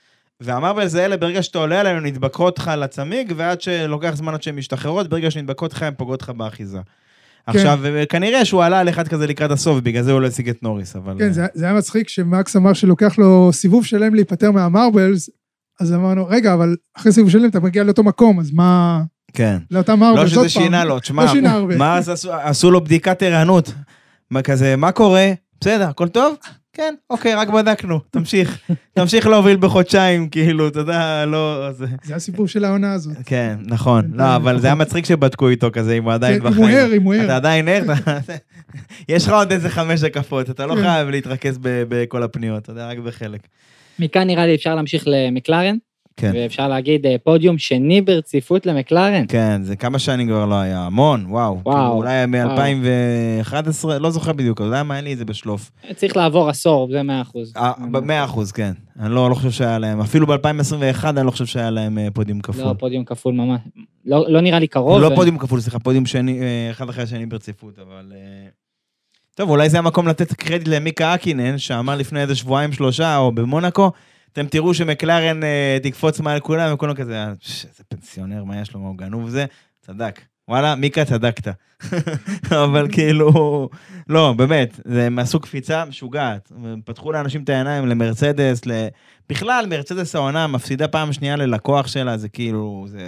Speaker 4: והמרבלס האלה, ברגע שאתה עולה עלינו, נדבקות לך לצמיג, ועד שלוקח זמן עד שהן משתחררות, ברגע שנדבקות לך, הן פוגעות לך באחיזה. עכשיו, כנראה שהוא עלה על אחד כזה לקראת הסוף, בגלל זה הוא לא השיג את נוריס, אבל...
Speaker 6: כן, זה היה מצחיק שמקס אמר שלוקח לו סיבוב שלם להיפטר מהמרבלס, אז אמרנו, רגע, אבל אחרי סיבוב שלם אתה מגיע לאותו מקום, אז מה...
Speaker 4: כן.
Speaker 6: לאותה מרבלס,
Speaker 4: לא שזה שינה לו, תשמע, מה עשו לו בדיקת ערנות? כזה, מה קורה? בסדר, הכל טוב? כן, אוקיי, רק בדקנו, תמשיך להוביל בחודשיים, כאילו, אתה יודע, לא...
Speaker 6: זה הסיפור של העונה הזאת.
Speaker 4: כן, נכון, לא, אבל זה היה מצחיק שבדקו איתו כזה, אם הוא עדיין בחיים.
Speaker 6: אם הוא ער.
Speaker 4: אתה עדיין ער, יש לך עוד איזה 5 הקפות, אתה לא חייב להתרכז בכל הפניות, אתה יודע, רק בחלק.
Speaker 5: מכאן נראה לי אפשר להמשיך למקלרן, ואפשר להגיד פודיום שני ברציפות למקלרן.
Speaker 4: כן, זה כמה שנים כבר לא היה, המון, וואו. אולי מ-2011, לא זוכר בדיוק, אתה יודע מה, אין לי את זה בשלוף.
Speaker 5: צריך לעבור עשור, זה 100%.
Speaker 4: 100%, כן. אני לא חושב שהיה להם, אפילו ב-2021 אני לא חושב שהיה להם פודיום כפול.
Speaker 5: לא, פודיום כפול ממש. לא נראה לי קרוב.
Speaker 4: לא פודיום כפול, סליחה, פודיום שני, אחד אחרי השני ברציפות, אבל... טוב, אולי זה המקום לתת קרדיט למיקה אקינן, שאמר לפני איזה 2-3 או במונקו, אתם תראו שמקלרן תקפוץ מעל כולם, וכולם כזה, איזה פנסיונר, מה יש לו, מה הוא גנוב זה? צדק. וואלה, מיקה צדקת. אבל כאילו, לא, באמת, זה עשו קפיצה משוגעת. פתחו לאנשים את העיניים למרצדס, בכלל, מרצדס העונה מפסידה פעם שנייה ללקוח שלה, זה כאילו, זה...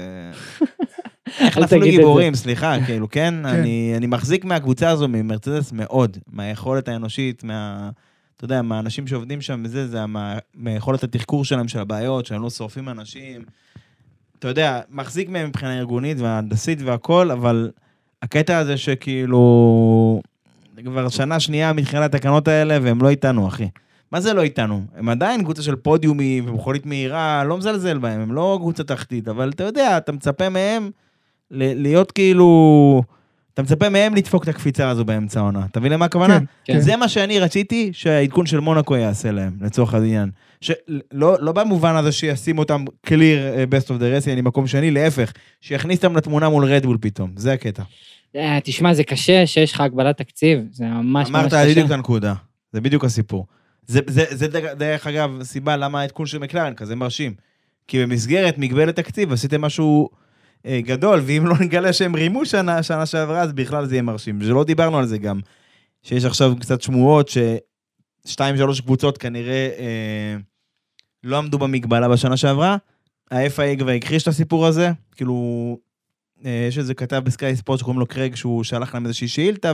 Speaker 4: איך נפלו גיבורים, סליחה, כאילו, כן? אני מחזיק מהקבוצה הזו ממרצדס מאוד, מהיכולת האנושית, אתה יודע, מהאנשים שעובדים שם וזה, זה מיכולת התחקור שלהם, של הבעיות, שהם לא שורפים אנשים. אתה יודע, מחזיק מהם מבחינה ארגונית וההנדסית והכל, אבל הקטע הזה שכאילו, כבר שנה שנייה מתחילת התקנות האלה, והם לא איתנו, אחי. מה זה לא איתנו? הם עדיין קבוצה של פודיומים ומכונית מהירה, לא מזלזל בהם, הם לא קבוצה תחתית, אבל אתה יודע, אתה מצפה מהם להיות כאילו... אתה מצפה מהם לדפוק את הקפיצה הזו באמצע העונה. אתה מבין למה הכוונה?
Speaker 5: כן.
Speaker 4: זה מה שאני רציתי שהעדכון של מונקו יעשה להם, לצורך העניין. לא במובן הזה שישים אותם clear best of the rest, אני מקום שני, להפך, שיכניס אותם לתמונה מול רדבול פתאום. זה הקטע.
Speaker 5: תשמע, זה קשה שיש לך הגבלת תקציב, זה ממש ממש קשה.
Speaker 4: אמרת בדיוק את הנקודה, זה בדיוק הסיפור. זה דרך אגב סיבה למה העדכון של מקלרן כזה מרשים. כי במסגרת מגבלת תקציב עשיתם משהו... גדול, ואם לא נגלה שהם רימו שנה שעברה, אז בכלל זה יהיה מרשים. שלא דיברנו על זה גם, שיש עכשיו קצת שמועות, 2-3 קבוצות כנראה לא עמדו במגבלה בשנה שעברה, ה-FIA כבר הכחיש את הסיפור הזה, כאילו, יש איזה כתב בסקאי ספורט שקוראים לו קרג, שהוא שלח להם איזושהי שאילתה,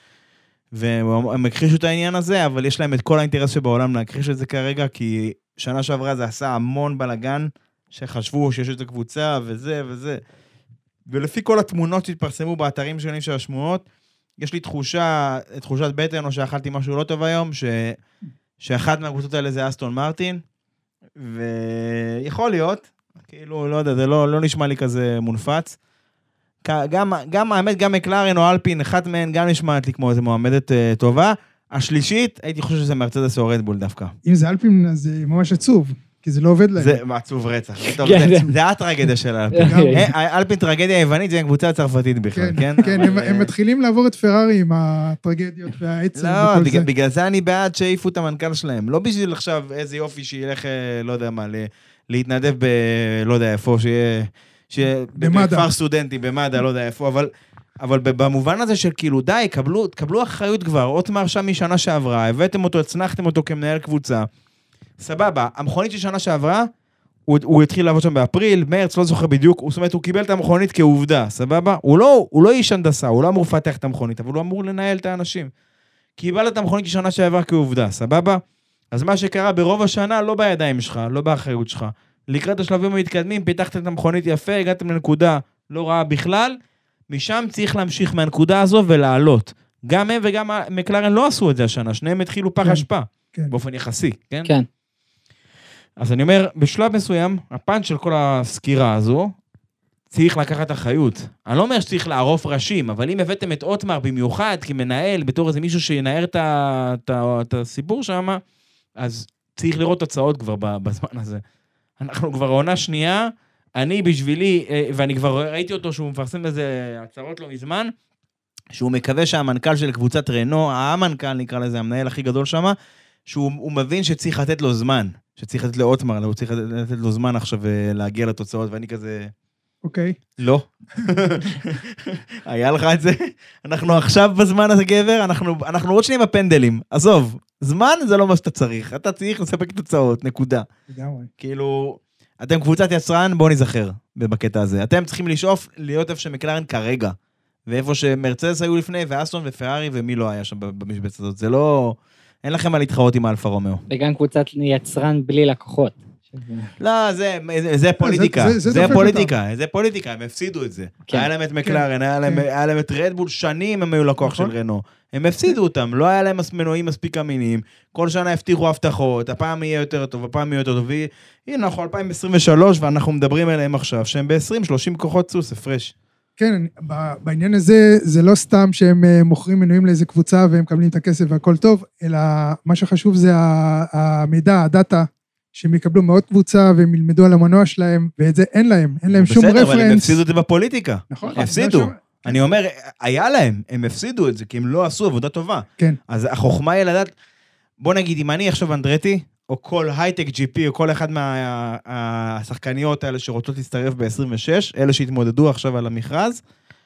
Speaker 4: והם הכחישו את העניין הזה, אבל יש להם את כל האינטרס שבעולם להכחיש את זה כרגע, כי שנה שעברה זה עשה המון בלגן, שחשבו שיש את הקבוצה וזה וזה. ולפי כל התמונות שהתפרסמו באתרים שונים של השמועות, יש לי תחושת בטן או שאכלתי משהו לא טוב היום, שאחת מהקבוצות האלה זה אסטון מרטין, ויכול להיות, כאילו, לא יודע, זה לא נשמע לי כזה מונפץ. גם האמת, גם מקלרן או אלפין, אחת מהן גם נשמעת לי כמו איזה מועמדת טובה. השלישית, הייתי חושב שזה מרצדס או רדבול דווקא.
Speaker 6: אם זה אלפין, אז זה ממש עצוב. כי זה לא עובד להם.
Speaker 4: זה מעצוב רצח. זה הטרגדיה של אלפין. אלפין טרגדיה היוונית, זה קבוצה צרפתית בכלל, כן?
Speaker 6: כן, הם מתחילים לעבור את פרארי עם הטרגדיות והעצם וכל זה.
Speaker 4: לא, בגלל זה אני בעד שהעיפו את המנכ"ל שלהם. לא בשביל עכשיו איזה יופי שילך, לא יודע מה, להתנדב ב... לא יודע איפה, שיהיה... בכפר סטודנטי, במד"א, לא יודע איפה, אבל במובן הזה של כאילו, די, קבלו אחריות כבר, אוטמר שם משנה שעברה, הבאתם אותו, הצנחתם אותו כמנהל קבוצה. סבבה, המכונית של שנה שעברה, הוא התחיל לעבוד שם באפריל, מרץ, לא זוכר בדיוק, זאת אומרת, הוא קיבל את המכונית כעובדה, סבבה? הוא לא איש הנדסה, הוא לא אמור לפתח את המכונית, אבל הוא אמור לנהל את האנשים. קיבל את המכונית של שנה שעברה כעובדה, סבבה? אז מה שקרה ברוב השנה, לא בידיים שלך, לא באחריות שלך. לקראת השלבים המתקדמים, פיתחת את המכונית יפה, הגעתם לנקודה לא רעה בכלל, משם צריך להמשיך מהנקודה הזו ולעלות. גם הם וגם מקלרן לא עשו את זה השנה, שניהם התחילו פח אשפה, באופן יחסי, כן?
Speaker 5: כן.
Speaker 4: אז אני אומר, בשלב מסוים, הפאנץ' של כל הסקירה הזו, צריך לקחת אחריות. אני לא אומר שצריך לערוף ראשים, אבל אם הבאתם את אוטמר במיוחד, כמנהל, בתור איזה מישהו שינער את הסיפור שם, אז צריך לראות תוצאות כבר בזמן הזה. אנחנו כבר עונה שנייה, אני בשבילי, ואני כבר ראיתי אותו שהוא מפרסם איזה הצהרות לא מזמן, שהוא מקווה שהמנכ"ל של קבוצת רנו, המנכ"ל נקרא לזה, המנהל הכי גדול שם, שהוא מבין שצריך לתת לו זמן, שצריך לתת לאוטמר, הוא צריך לתת לו זמן עכשיו להגיע לתוצאות, ואני כזה...
Speaker 6: אוקיי.
Speaker 4: לא. היה לך את זה? אנחנו עכשיו בזמן הזה גבר, אנחנו עוד שניים בפנדלים. עזוב, זמן זה לא מה שאתה צריך, אתה צריך לספק תוצאות, נקודה. כאילו, אתם קבוצת יצרן, בואו נזכר בקטע הזה. אתם צריכים לשאוף להיות איפה שמקלרן כרגע, ואיפה שמרצדס היו לפני, ואסטון ופרארי, ומי לא היה שם במשבצת הזאת. זה לא... אין לכם מה להתחרות עם אלפה רומאו.
Speaker 5: וגם קבוצת יצרן בלי לקוחות.
Speaker 4: לא, זה פוליטיקה, זה פוליטיקה, הם הפסידו את זה. היה להם את מקלרן, היה להם את רדבול, שנים הם היו לקוח של רנו. הם הפסידו אותם, לא היה להם מנועים מספיק אמינים, כל שנה הבטיחו הבטחות, הפעם יהיה יותר טוב, הפעם יהיה יותר טוב, והנה אנחנו 2023 ואנחנו מדברים עליהם עכשיו, שהם ב-20-30 כוחות סוס, הפרש.
Speaker 6: כן, בעניין הזה, זה לא סתם שהם מוכרים מנויים לאיזה קבוצה והם מקבלים את הכסף והכל טוב, אלא מה שחשוב זה המידע, הדאטה, שהם יקבלו מאוד קבוצה והם ילמדו על המנוע שלהם, ואת זה אין להם שום רפרנס.
Speaker 4: בסדר, אבל הם הפסידו את זה בפוליטיקה.
Speaker 6: נכון.
Speaker 4: הפסידו. אני אומר, היה להם, הם הפסידו את זה, כי הם לא עשו עבודה טובה.
Speaker 6: כן.
Speaker 4: אז החוכמה היא לדעת, בוא נגיד, אם אני עכשיו אנדרטי, או כל הייטק GP, או כל אחד מהשחקניות האלה שרוצות להצטרף ב-26, אלה שהתמודדו עכשיו על המכרז,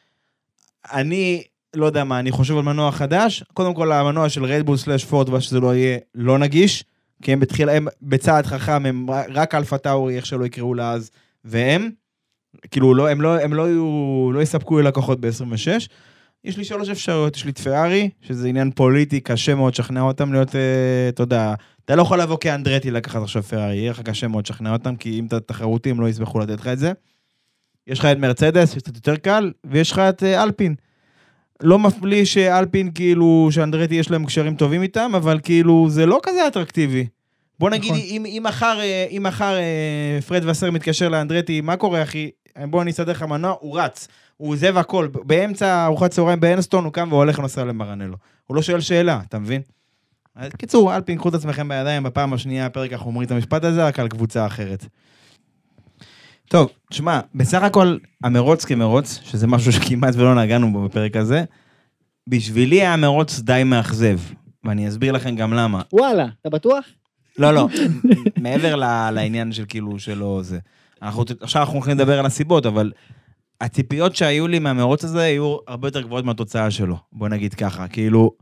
Speaker 4: אני לא יודע מה, אני חושב על מנוע חדש, קודם כל המנוע של רדבול סלאש פורד, שזה לא יהיה לא נגיש, כי הם בצעד חכם, הם רק אלפה טאורי, איך שלא יקראו לה אז, והם, כאילו, הם לא יספקו לקוחות ב-26, יש לי 3 אפשרויות, יש לי את פרארי, שזה עניין פוליטי, קשה מאוד שכנע אותם להיות, אתה יודע, אתה לא יכול לבוא כאנדרטי לקחת עכשיו פרארי, יהיה לך קשה מאוד שכנע אותם, כי אם אתה תחרותי, הם לא יסמכו לתת לך את זה. יש לך את מרצדס, שקצת יותר קל, ויש לך את אלפין. לא מפליא שאלפין, כאילו, שאנדרטי יש להם קשרים טובים איתם, אבל כאילו, זה לא כזה אטרקטיבי. בוא נגיד, אם מחר פרד וסר מתקשר לאנדרטי, מה קורה, אחי? בוא נסדר לך מנוע, הוא רץ. הוא עוזב הכל. באמצע ארוחת צהריים באנסטון, הוא קם והולך ונוסע למרנלו. הוא לא שואל שאלה, אתה מבין? קיצור, אלפין, קחו את עצמכם בידיים, בפעם השנייה, הפרק אנחנו אומרים את המשפט הזה, רק על קבוצה אחרת. טוב, תשמע, בסך הכל, המרוץ כמרוץ, שזה משהו שכמעט ולא נגענו בו בפרק הזה, בשבילי היה מרוץ די מאכזב, ואני אסביר לכם גם למה.
Speaker 5: וואלה, אתה בטוח?
Speaker 4: לא, מעבר לעניין של כאילו שלא זה. עכשיו אנחנו הולכים לדבר על הסיבות, אבל הציפיות שהיו לי מהמרוץ הזה היו הרבה יותר גבוהות מהתוצאה שלו, בוא נגיד ככה, כאילו,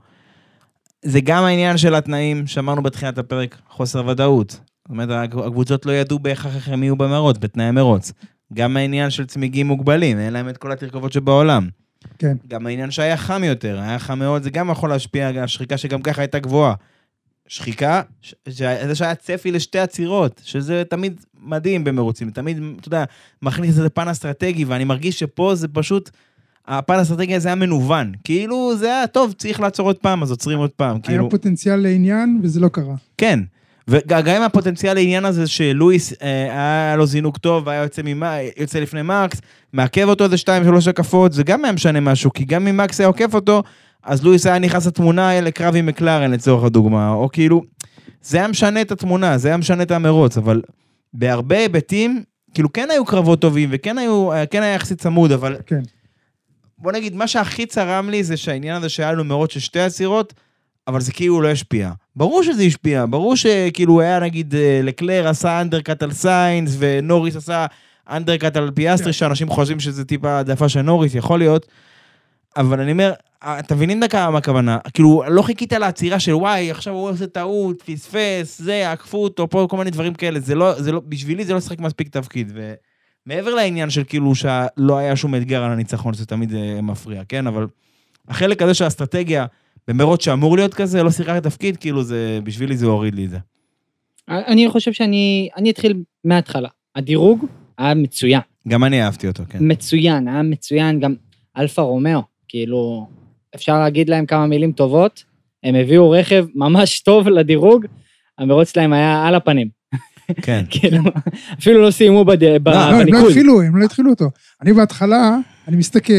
Speaker 4: זה גם העניין של התנאים, שאמרנו בתחילת הפרק, חוסר ודאות. זאת אומרת, הקבוצות לא ידעו בהכרח איך הם יהיו במרוץ, בתנאי המרוץ. גם העניין של צמיגים מוגבלים, אין להם את כל התרכובות שבעולם.
Speaker 6: כן.
Speaker 4: גם העניין שהיה חם יותר, היה חם מאוד, זה גם יכול להשפיע על השחיקה שגם ככה הייתה גבוהה. שחיקה, זה שהיה צפי לשתי עצירות, שזה תמיד מדהים במרוצים, תמיד, אתה יודע, מכניס את זה פן אסטרטגי, ואני מרגיש שפה זה פשוט, הפן האסטרטגי הזה היה מנוון, כאילו זה היה טוב, צריך לעצור עוד פעם, אז עוצרים עוד פעם.
Speaker 6: היה פוטנציאל לעניין, וזה לא קרה.
Speaker 4: כן, וגם עם הפוטנציאל לעניין הזה, שלואיס היה לו זינוק טוב, והיה יוצא לפני מקס, מעכב אותו איזה 2-3 הקפות, זה גם היה משנה משהו, כי גם אם מקס היה עוקף אותו, אז לואיס היה נכנס לתמונה לקרב עם מקלרן לצורך הדוגמה, או כאילו, זה היה משנה את התמונה, זה היה משנה את המרוץ, אבל בהרבה היבטים, כאילו כן היו קרבות טובים, וכן היה יחסית צמוד, אבל
Speaker 6: כן.
Speaker 4: בוא נגיד, מה שהכי צרם לי זה שהעניין הזה שהיה לנו מרוץ של 2 עצירות, אבל זה כאילו לא השפיע. ברור שזה השפיע, ברור שכאילו היה נגיד לקלר עשה אנדרקט על סיינס, ונוריס עשה אנדרקט על פיאסטרי, שאנשים חושבים שזה טיפה העדפה של נוריס, יכול להיות, אבל אני אומר, אתה מבינים דקה מה הכוונה? כאילו, לא חיכית לעצירה של וואי, עכשיו הוא עושה טעות, פספס, זה, עקפו אותו, פה כל מיני דברים כאלה, זה לא, בשבילי זה לא שחק מספיק תפקיד, ומעבר לעניין של כאילו שלא היה שום אתגר על הניצחון, זה תמיד מפריע, כן? אבל החלק הזה של האסטרטגיה, במרוץ שאמור להיות כזה, לא שיחק תפקיד, כאילו זה, בשבילי זה הוריד לי את זה.
Speaker 5: אני חושב שאני אתחיל מההתחלה. הדירוג היה מצוין.
Speaker 4: גם אני אהבתי אותו, כן.
Speaker 5: מצוין, היה מצוין, גם אלפה רומאו, כאילו, אפשר להגיד להם כמה מילים טובות, הם הביאו רכב ממש טוב לדירוג, המרוץ שלהם היה על הפנים.
Speaker 4: כן.
Speaker 5: אפילו לא סיימו בניקוד.
Speaker 6: הם לא התחילו אותו. אני בהתחלה, אני מסתכל,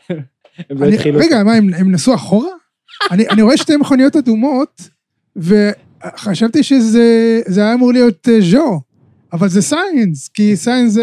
Speaker 6: רגע, מה, הם נסעו אחורה? אני רואה 2 מכוניות אדומות, וחשבתי שזה היה אמור להיות ז'ו, אבל זה סיינס, כי סיינס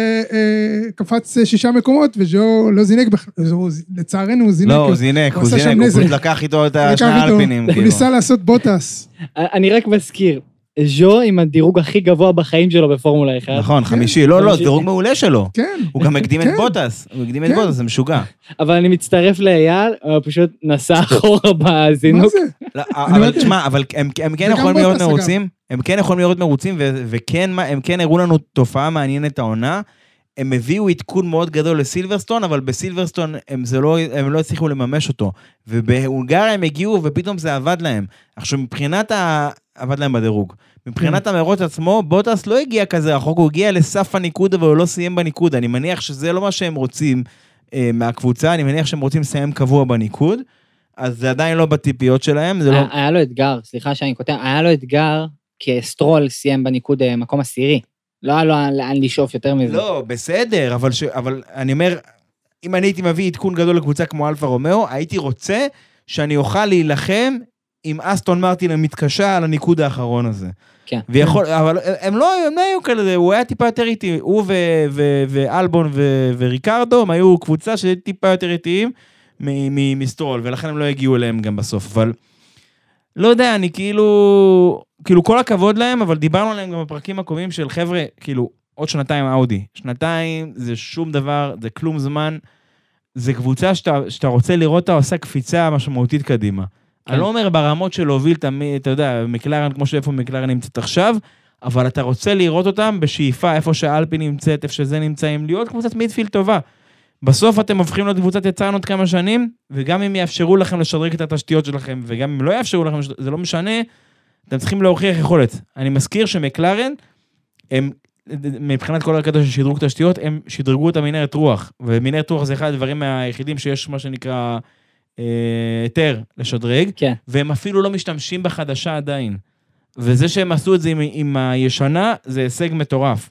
Speaker 6: קפץ 6 מקומות, וז'ו לא זינק, לצערנו הוא זינק.
Speaker 4: לא, הוא זינק, הוא פשוט לקח איתו את השני האלפינים.
Speaker 6: הוא ניסה לעשות בוטס.
Speaker 5: אני רק מזכיר, ז'ו עם הדירוג הכי גבוה בחיים שלו בפורמולה 1.
Speaker 4: נכון, 5, לא, דירוג מעולה שלו.
Speaker 6: כן.
Speaker 4: הוא גם הקדים את בוטס, זה משוגע.
Speaker 5: אבל אני מצטרף לאייל, הוא פשוט נסע אחורה בזינוק.
Speaker 6: מה זה?
Speaker 4: אבל תשמע, אבל הם כן יכולים להיות מרוצים, הם כן יכולים להיות מרוצים, והם כן הראו לנו תופעה מעניינת העונה, הם הביאו עדכון מאוד גדול לסילברסטון, אבל בסילברסטון הם לא הצליחו לממש אותו, ובהונגריה הם הגיעו, ופתאום זה עבד להם. עכשיו, עבד להם בדירוג. מבחינת המרוץ עצמו, בוטס לא הגיע כזה רחוק, הוא הגיע לסף הניקוד, אבל הוא לא סיים בניקוד. אני מניח שזה לא מה שהם רוצים מהקבוצה, אני מניח שהם רוצים לסיים קבוע בניקוד, אז זה עדיין לא בטיפיות שלהם.
Speaker 5: היה לו אתגר, סליחה שאני כותב, היה לו אתגר כסטרול סיים בניקוד מקום 10. לא היה לו לאן לשאוף יותר מזה.
Speaker 4: לא, בסדר, אבל אני אומר, אם אני הייתי מביא עדכון גדול לקבוצה כמו אלפה רומאו, הייתי רוצה שאני אוכל להילחם עם אסטון מרטין המתקשה על הניקוד האחרון הזה.
Speaker 5: כן.
Speaker 4: אבל הם לא היו כאלה, הוא היה טיפה יותר איטי, הוא ואלבון וריקרדו, הם היו קבוצה שטיפה יותר איטיים מסטרול, ולכן הם לא הגיעו אליהם גם בסוף, אבל לא יודע, אני כאילו כל הכבוד להם, אבל דיברנו עליהם גם בפרקים הקובעים של חבר'ה, כאילו, עוד 2 אאודי. 2 זה שום דבר, זה כלום זמן, זה קבוצה שאתה רוצה לראות אותה עושה קפיצה משמעותית קדימה. אני לא אומר ברמות של להוביל תמיד, אתה יודע, מקלרן, כמו שאיפה מקלרן נמצאת עכשיו, אבל אתה רוצה לראות אותם בשאיפה, איפה שהאלפי נמצאת, איפה שזה נמצאים, להיות קבוצת מידפילד טובה. בסוף אתם הופכים להיות קבוצת יצרן עוד כמה שנים, וגם אם יאפשרו לכם לשדרג את התשתיות שלכם, וגם אם לא יאפשרו לכם, זה לא משנה, אתם צריכים להוכיח יכולת. אני מזכיר שמקלרן, הם, מבחינת כל הקטע של שדרוג תשתיות, הם שדרגו את המנהרת רוח, ומנהרת רוח זה אחד הדברים היחידים שיש מה שנקרא היתר לשדרג,
Speaker 5: כן.
Speaker 4: והם אפילו לא משתמשים בחדשה עדיין. וזה שהם עשו את זה עם הישנה, זה הישג מטורף.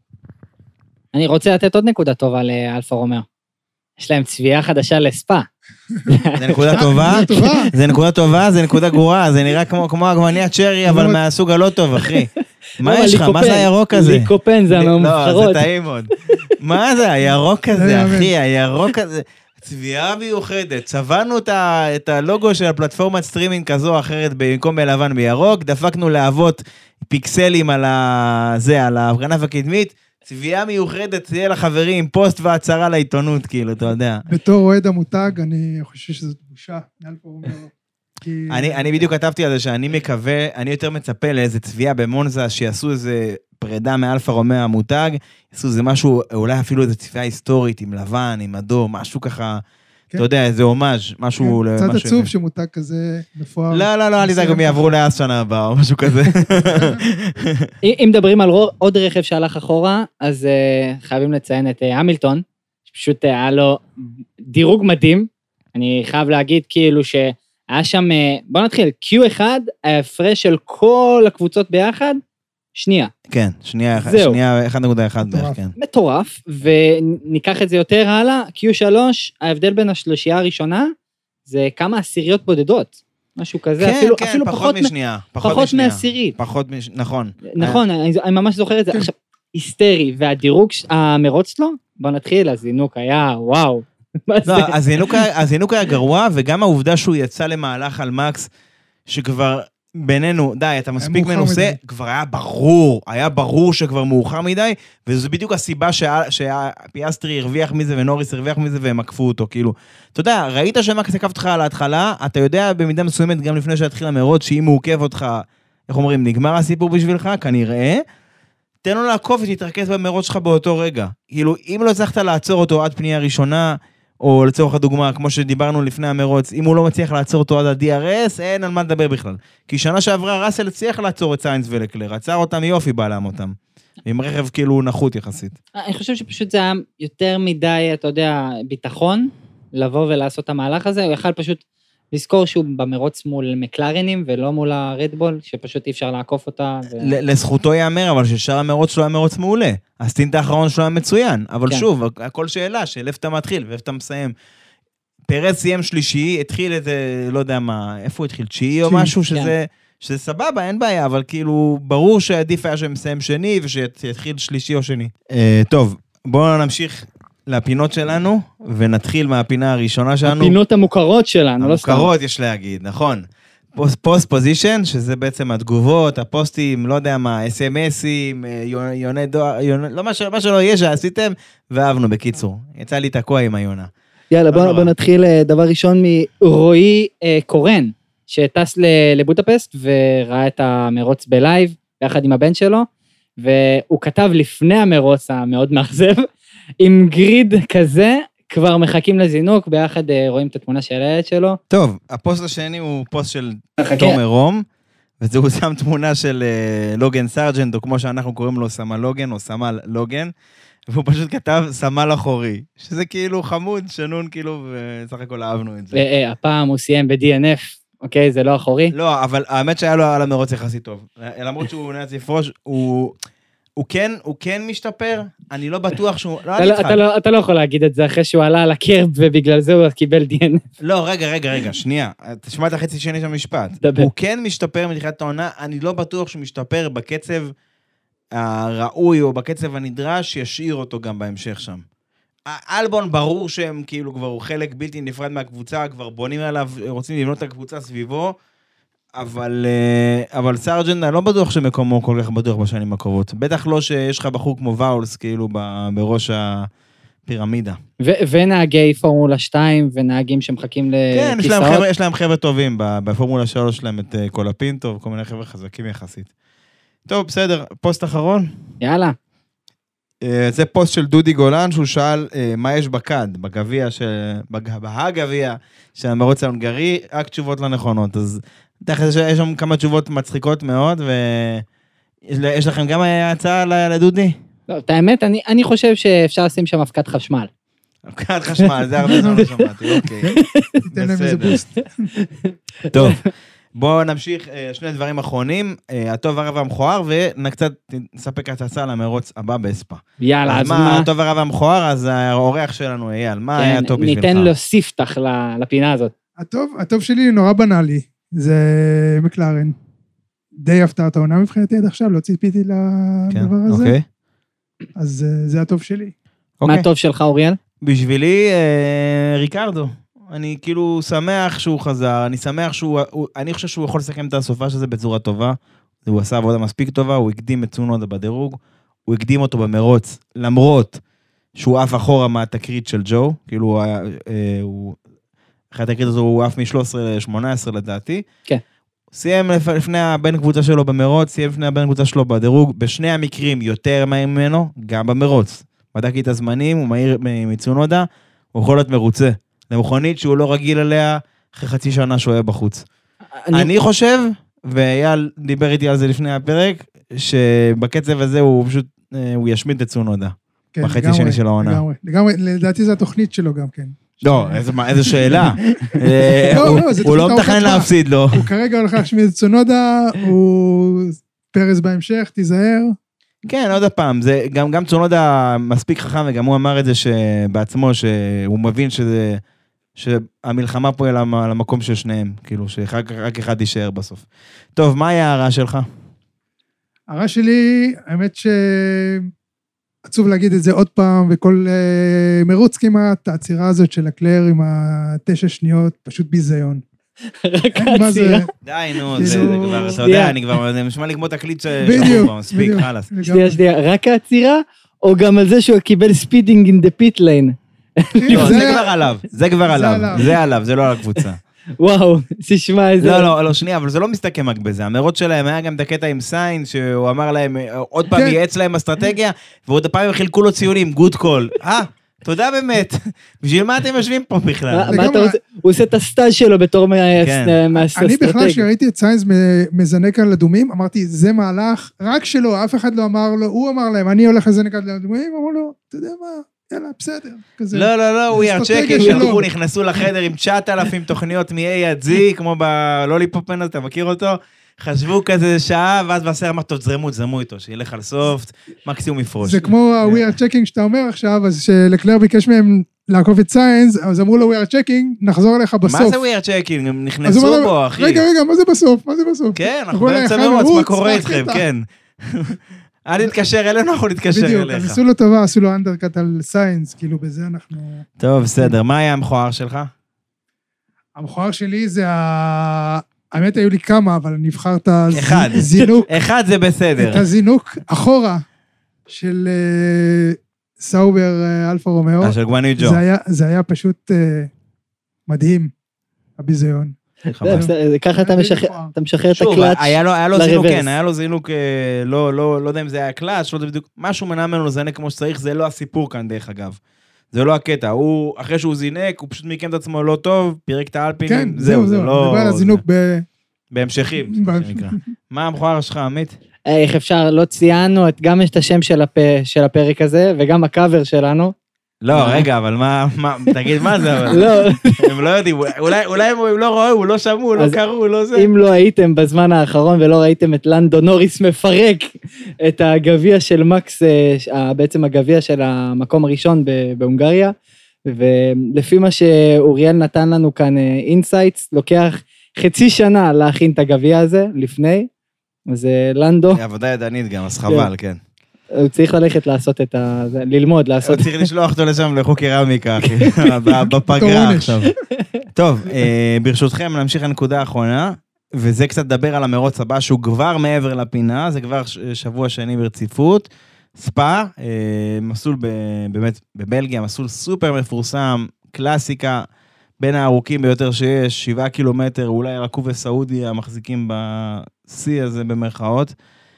Speaker 5: אני רוצה לתת עוד נקודה טובה לאלפה רומאו. יש להם צביעה חדשה לספה.
Speaker 4: זה נקודה טובה? זה נקודה טובה, זה נקודה גרועה, זה נראה כמו עגבנייה צ'רי, אבל מהסוג הלא טוב, אחי. מה יש לך? מה זה הירוק הזה?
Speaker 5: ליקופן זה המאומחרות.
Speaker 4: לא, זה טעים עוד. מה זה? הירוק הזה, אחי, הירוק הזה. צביעה מיוחדת, צבענו את הלוגו של הפלטפורמת סטרימינג כזו או אחרת במקום בלבן בירוק, דפקנו להבות פיקסלים על הכנף הקדמית, צביעה מיוחדת, תהיה לחברים, פוסט והצהרה לעיתונות, כאילו, אתה יודע.
Speaker 6: בתור אוהד המותג, אני חושב שזאת בושה.
Speaker 4: אני בדיוק כתבתי על זה שאני מקווה, אני יותר מצפה לאיזה צביעה במונזה, שיעשו איזה פרידה מאלפה רומאו המותג, יעשו איזה משהו, אולי אפילו איזה צביעה היסטורית, עם לבן, עם אדום, משהו ככה, אתה יודע, איזה הומאז', משהו...
Speaker 6: קצת עצוב שמותג כזה מפואר.
Speaker 4: לא, אל תדאג, הם יעברו לאס שנה הבאה, או משהו כזה.
Speaker 5: אם מדברים על עוד רכב שהלך אחורה, אז חייבים לציין את המילטון, שפשוט היה לו דירוג מדהים, אני חייב להגיד כאילו שהיה שם, בוא נתחיל, Q1, ההפרש של כל הקבוצות ביחד, שנייה.
Speaker 4: כן, שנייה 1.1 בערך, כן.
Speaker 5: מטורף, וניקח את זה יותר הלאה, Q3, ההבדל בין השלישייה הראשונה, זה כמה עשיריות בודדות, משהו כזה,
Speaker 4: כן,
Speaker 5: אפילו,
Speaker 4: כן,
Speaker 5: אפילו
Speaker 4: פחות משנייה.
Speaker 5: פחות מעשירית.
Speaker 4: נכון.
Speaker 5: נכון, אני ממש זוכר את זה. עכשיו, היסטרי, והדירוג, המרוץ לו, בוא נתחיל, הזינוק היה, וואו.
Speaker 4: לא, הזינוק היה גרוע, וגם העובדה שהוא יצא למהלך על מקס, שכבר בינינו, די, אתה מספיק מנוסה, כבר היה ברור שכבר מאוחר מדי, וזו בדיוק הסיבה שפיאסטרי הרוויח מזה, ונוריס הרוויח מזה, והם עקפו אותו, כאילו. אתה יודע, ראית שמקס עקב אותך על ההתחלה, אתה יודע במידה מסוימת, גם לפני שהתחיל המרוץ, שאם הוא עוקב אותך, איך אומרים, נגמר הסיפור בשבילך, כנראה, תן לו לעקוף ותתרכז במרוץ שלך באותו רגע. כאילו, אם לא הצלחת לעצור אותו עד פנייה ראשונה, או לצורך הדוגמה, כמו שדיברנו לפני המרוץ, אם הוא לא מצליח לעצור אותו עד ה-DRS, אין על מה לדבר בכלל. כי שנה שעברה ראסל הצליח לעצור את סיינס ולקלר, עצר אותם יופי בעלם אותם. עם רכב כאילו נחות יחסית.
Speaker 5: אני חושב שפשוט זה היה יותר מדי, אתה יודע, ביטחון, לבוא ולעשות את המהלך הזה, הוא יכל פשוט לזכור שהוא במרוץ מול מקלרנים, ולא מול הרדבול, שפשוט אי אפשר לעקוף אותה.
Speaker 4: לזכותו יאמר, אבל ששאר המרוץ שלו היה מרוץ מעולה. הסטינט האחרון שלו היה מצוין, אבל שוב, הכל שאלה, של איפה אתה מתחיל ואיפה אתה מסיים. פרס סיים שלישי, התחיל איזה, לא יודע מה, איפה הוא התחיל? 9 או משהו, שזה סבבה, אין בעיה, אבל כאילו, ברור שעדיף היה שהם מסיים שני, ושיתחיל שלישי או שני. טוב, בואו נמשיך לפינות שלנו, ונתחיל מהפינה הראשונה שלנו.
Speaker 5: הפינות המוכרות שלנו, לא סתם.
Speaker 4: המוכרות יש להגיד, נכון. פוסט פוזישן, שזה בעצם התגובות, הפוסטים, לא יודע מה, אס-אמסים, יוני דואר, לא מה שלא יהיה שעשיתם, ואהבנו בקיצור. יצא לי תקוע עם היונה.
Speaker 5: יאללה, בוא נתחיל דבר ראשון מרועי קורן, שטס לבודפסט וראה את המרוץ בלייב, ביחד עם הבן שלו, והוא כתב לפני המרוץ המאוד מאכזב, עם גריד כזה, כבר מחכים לזינוק, ביחד רואים את התמונה של הילד שלו.
Speaker 4: טוב, הפוסט השני הוא פוסט של תומר רום, וזהו שם תמונה של לוגן סארג'נט, או כמו שאנחנו קוראים לו סמל לוגן, או סמל לוגן, והוא פשוט כתב סמל אחורי, שזה כאילו חמוד, שנון כאילו, וסך הכל אהבנו את זה.
Speaker 5: הפעם הוא סיים ב-DNF, אוקיי, זה לא אחורי.
Speaker 4: לא, אבל האמת שהיה לו על המרוץ יחסית טוב. למרות שהוא נאלץ לפרוש, הוא כן משתפר, אני לא בטוח שהוא...
Speaker 5: אתה לא יכול להגיד את זה אחרי שהוא עלה על הקרב, ובגלל זה הוא קיבל DNF.
Speaker 4: לא, רגע, שנייה. תשמע את החצי שני של המשפט. הוא כן משתפר מתחילת העונה, אני לא בטוח שהוא משתפר בקצב הראוי, או בקצב הנדרש, שישאיר אותו גם בהמשך שם. אלבון ברור שהם כאילו כבר הוא חלק בלתי נפרד מהקבוצה, כבר בונים עליו, רוצים לבנות את הקבוצה סביבו, אבל סארג'נט, אני לא בטוח שמקומו כל כך בטוח בשנים הקרובות. בטח לא שיש לך בחור כמו ואולס, כאילו בראש הפירמידה.
Speaker 5: ונהגי פורמולה 2, ונהגים שמחכים לכיסאות.
Speaker 4: כן, יש להם חבר'ה טובים, בפורמולה 3 שלהם את קולפינטו, וכל מיני חבר'ה חזקים יחסית. טוב, בסדר, פוסט אחרון.
Speaker 5: יאללה.
Speaker 4: זה פוסט של דודי גולן, שהוא שאל מה יש בקד, בהגביע של המרוץ ההונגרי, רק תשובות לא נכונות. אז יש שם כמה תשובות מצחיקות מאוד, ויש לכם גם הצעה לדודי?
Speaker 5: לא, את האמת, אני חושב שאפשר לשים שם הפקת חשמל.
Speaker 4: הפקת חשמל, זה הרבה זמן לא שמעתי, אוקיי.
Speaker 6: תיתן להם איזה בוסט.
Speaker 4: טוב. בואו נמשיך שני דברים אחרונים, הטוב הרב המכוער, ונקצת נספק הצעה למרוץ הבא באספה.
Speaker 5: יאללה,
Speaker 4: אז מה הטוב הרב המכוער, אז האורח שלנו אייל, מה היה טוב בשבילך?
Speaker 5: ניתן לו ספתח לפינה הזאת.
Speaker 6: הטוב שלי נורא בנאלי, זה מקלרן. די הפתעת העונה מבחינתי עד עכשיו, לא ציפיתי לדבר הזה. אז זה הטוב שלי.
Speaker 5: מה הטוב שלך, אוריאל?
Speaker 4: בשבילי, ריקרדו. אני כאילו שמח שהוא חזר, אני חושב שהוא יכול לסכם את הסופה שזה בצורה טובה, הוא עשה עבודה מספיק טובה, הוא הקדים את צונודה בדירוג, הוא הקדים אותו במרוץ, למרות שהוא עף אחורה מהתקרית של ג'ו, כאילו אחרי התקרית הזו הוא עף מ-13 ל-18 לדעתי,
Speaker 5: כן.
Speaker 4: סיים לפני הבן קבוצה שלו במרוץ, סיים לפני הבן קבוצה שלו בדירוג, בשני המקרים יותר מהיר ממנו, גם במרוץ. בדקתי את הזמנים, הוא מהיר מצונודה, הוא יכול להיות מרוצה. למכונית שהוא לא רגיל עליה, אחרי חצי שנה שהוא היה בחוץ. אני חושב, ואייל דיבר איתי על זה לפני הפרק, שבקצב הזה הוא פשוט, הוא ישמיד את צונודה. בחצי שני של העונה.
Speaker 6: לגמרי, לדעתי זה התוכנית שלו גם כן.
Speaker 4: לא, איזו שאלה. הוא לא מתכנן להפסיד לו.
Speaker 6: הוא כרגע הולך להשמיד את צונודה, הוא פרס בהמשך, תיזהר.
Speaker 4: כן, עוד הפעם, גם צונודה מספיק חכם, וגם הוא אמר את זה בעצמו, שהוא מבין שהמלחמה פה היא על המקום של שניהם, כאילו שרק אחד יישאר בסוף. טוב, מה היה ההערה שלך?
Speaker 6: ההערה שלי, האמת שעצוב להגיד את זה עוד פעם, וכל מרוץ כמעט, העצירה הזאת של הקלר עם 9 שניות, פשוט ביזיון.
Speaker 5: רק העצירה.
Speaker 4: די, נו, זה כבר, אתה יודע, אני כבר, זה משמע לגמור תקליט
Speaker 6: בדיוק,
Speaker 4: מספיק, חלאס.
Speaker 5: שנייה, רק העצירה, או גם על זה שהוא קיבל ספידינג in the pit lane?
Speaker 4: לא, זה כבר עליו, זה לא על הקבוצה.
Speaker 5: וואו, תשמע איזה...
Speaker 4: לא, שנייה, אבל זה לא מסתכם רק בזה. המרוץ שלהם היה גם את הקטע עם סיין, שהוא אמר להם, עוד פעם ייעץ להם אסטרטגיה, ועוד הפעם הם חילקו לו ציונים, גוד קול. תודה באמת. בשביל מה אתם יושבים פה בכלל?
Speaker 5: מה אתה רוצה? הוא עושה את הסטאז' שלו בתור מהאסטרטגיה.
Speaker 6: אני בכלל שראיתי את סיינס מזנק על אדומים, אמרתי, זה מהלך, רק שלו, אף אחד לא אמר לו, הוא אמר להם, אני הולך לזנק על אדומים, אמרו לו, אתה יודע מה, יאללה, בסדר.
Speaker 4: לא, הוא ירצ'קי שלחו, נכנסו לחדר עם 9,000 תוכניות מ-A עד Z, כמו בלוליפופן, אתה מכיר אותו? חשבו כזה שעה, ואז בסדר, מה טוב, תזרמו איתו, שילך על סופט, מקסימום יפרוש.
Speaker 6: זה כמו ה-We are checking שאתה אומר עכשיו, אז שלקלר ביקש מהם לעקוף את סיינס, אז אמרו לו, we are checking, נחזור אליך בסוף.
Speaker 4: מה זה we are checking? הם נכנסו בו, אחי.
Speaker 6: רגע, מה זה בסוף?
Speaker 4: כן, אנחנו באמצע מרוץ, מה קורה איתכם, כן. אל תתקשר אלינו, אנחנו נתקשר אליך.
Speaker 6: בדיוק, אז עשו לו טובה, עשו לו אנדרקט על סיינס, כאילו בזה אנחנו...
Speaker 4: טוב, בסדר, מה היה המכוער שלך?
Speaker 6: המכוער שלי זה האמת היו לי כמה, אבל אני אבחר את הזינוק.
Speaker 4: אחד זה בסדר.
Speaker 6: את הזינוק אחורה של סאובר אלפה רומאו.
Speaker 4: של גואני ג'ו.
Speaker 6: זה היה פשוט מדהים, הביזיון.
Speaker 5: ככה אתה משחרר את הקלאץ'
Speaker 4: שוב, היה לו זינוק, כן, היה לו זינוק, לא יודע אם זה היה קלאץ', לא יודע בדיוק, משהו מנע ממנו לזנק כמו שצריך, זה לא הסיפור כאן דרך אגב. זה לא הקטע, הוא, אחרי שהוא זינק, הוא פשוט מיקם את עצמו לא טוב, פירק את האלפינים,
Speaker 6: כן,
Speaker 4: זהו, זה לא...
Speaker 6: מדבר על הזינוק
Speaker 4: בהמשכים, מה המכוער שלך, עמית?
Speaker 5: איך אפשר, לא ציינו גם את השם של הפרק הזה, וגם הקאבר שלנו.
Speaker 4: לא, רגע, אבל מה, תגיד מה זה, אבל...
Speaker 5: לא.
Speaker 4: הם לא יודעים, אולי הם לא ראו, לא שמעו, לא קראו, לא זה.
Speaker 5: אם לא הייתם בזמן האחרון ולא ראיתם את לנדו נוריס מפרק את הגביע של מקס, בעצם הגביע של המקום הראשון בהונגריה, ולפי מה שאוריאל נתן לנו כאן אינסייטס, לוקח חצי שנה להכין את הגביע הזה לפני, אז לנדו...
Speaker 4: עבודה ידנית גם, אז חבל, כן.
Speaker 5: הוא צריך ללכת לעשות ללמוד, לעשות...
Speaker 4: הוא צריך לשלוח אותו לשם לחוקי קרמיקה, אחי, בפגרה עכשיו. טוב, ברשותכם נמשיך לנקודה האחרונה, וזה קצת דבר על המרוץ הבא, שהוא כבר מעבר לפינה, זה כבר שבוע שני ברציפות, ספא, מסלול באמת בבלגיה, מסלול סופר מפורסם, קלאסיקה, בין הארוכים ביותר שיש, 7 קילומטר, אולי רקוב וסעודיה מחזיקים בשיא הזה במרכאות,